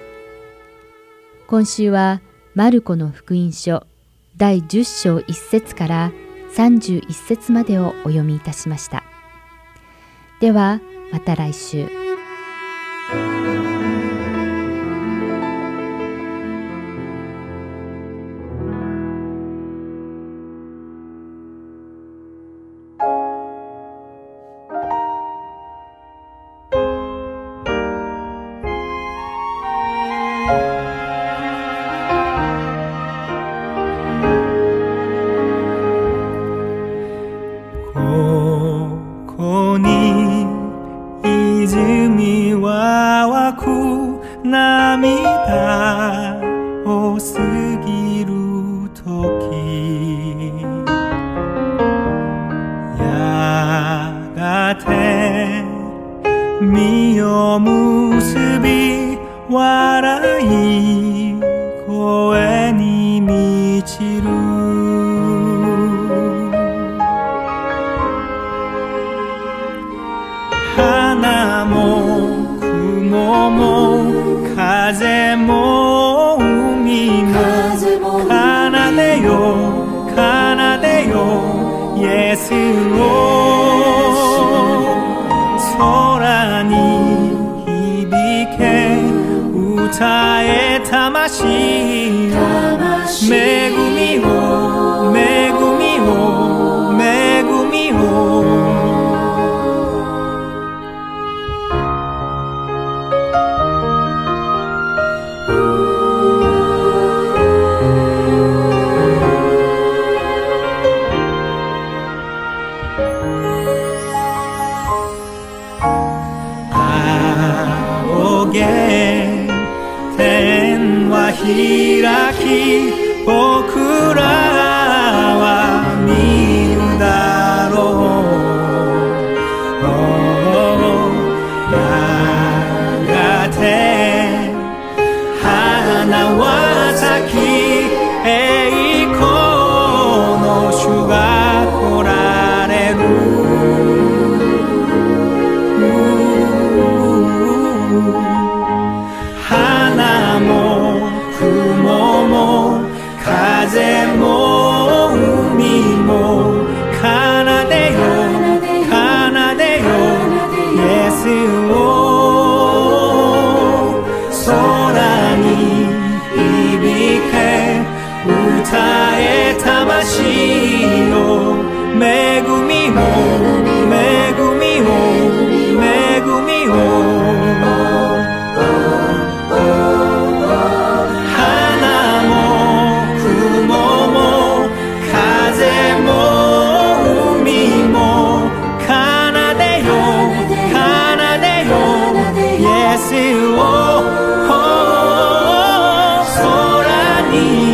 Speaker 7: 今週は、マルコの福音書第10章1節から31節までをお読みいたしました。では、また来週。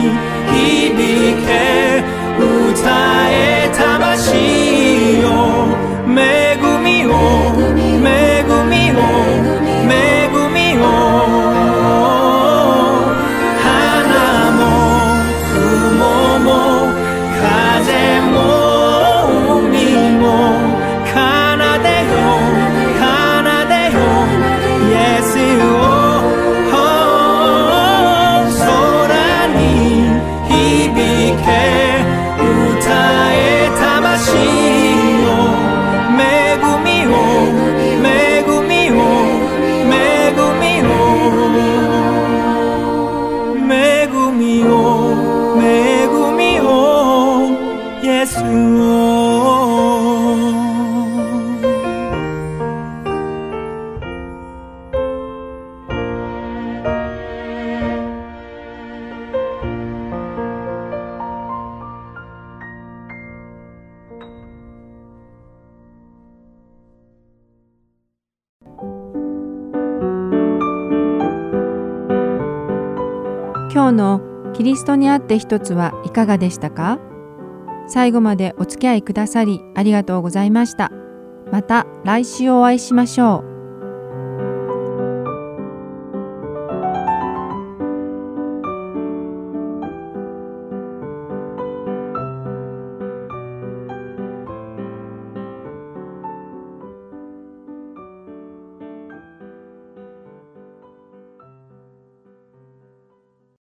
Speaker 3: 響け歌え魂よ
Speaker 8: エスを
Speaker 1: 今日のキリストにあって一つはいかがでしたか？最後までお付き合いくださりありがとうございました。また来週お会いしましょう。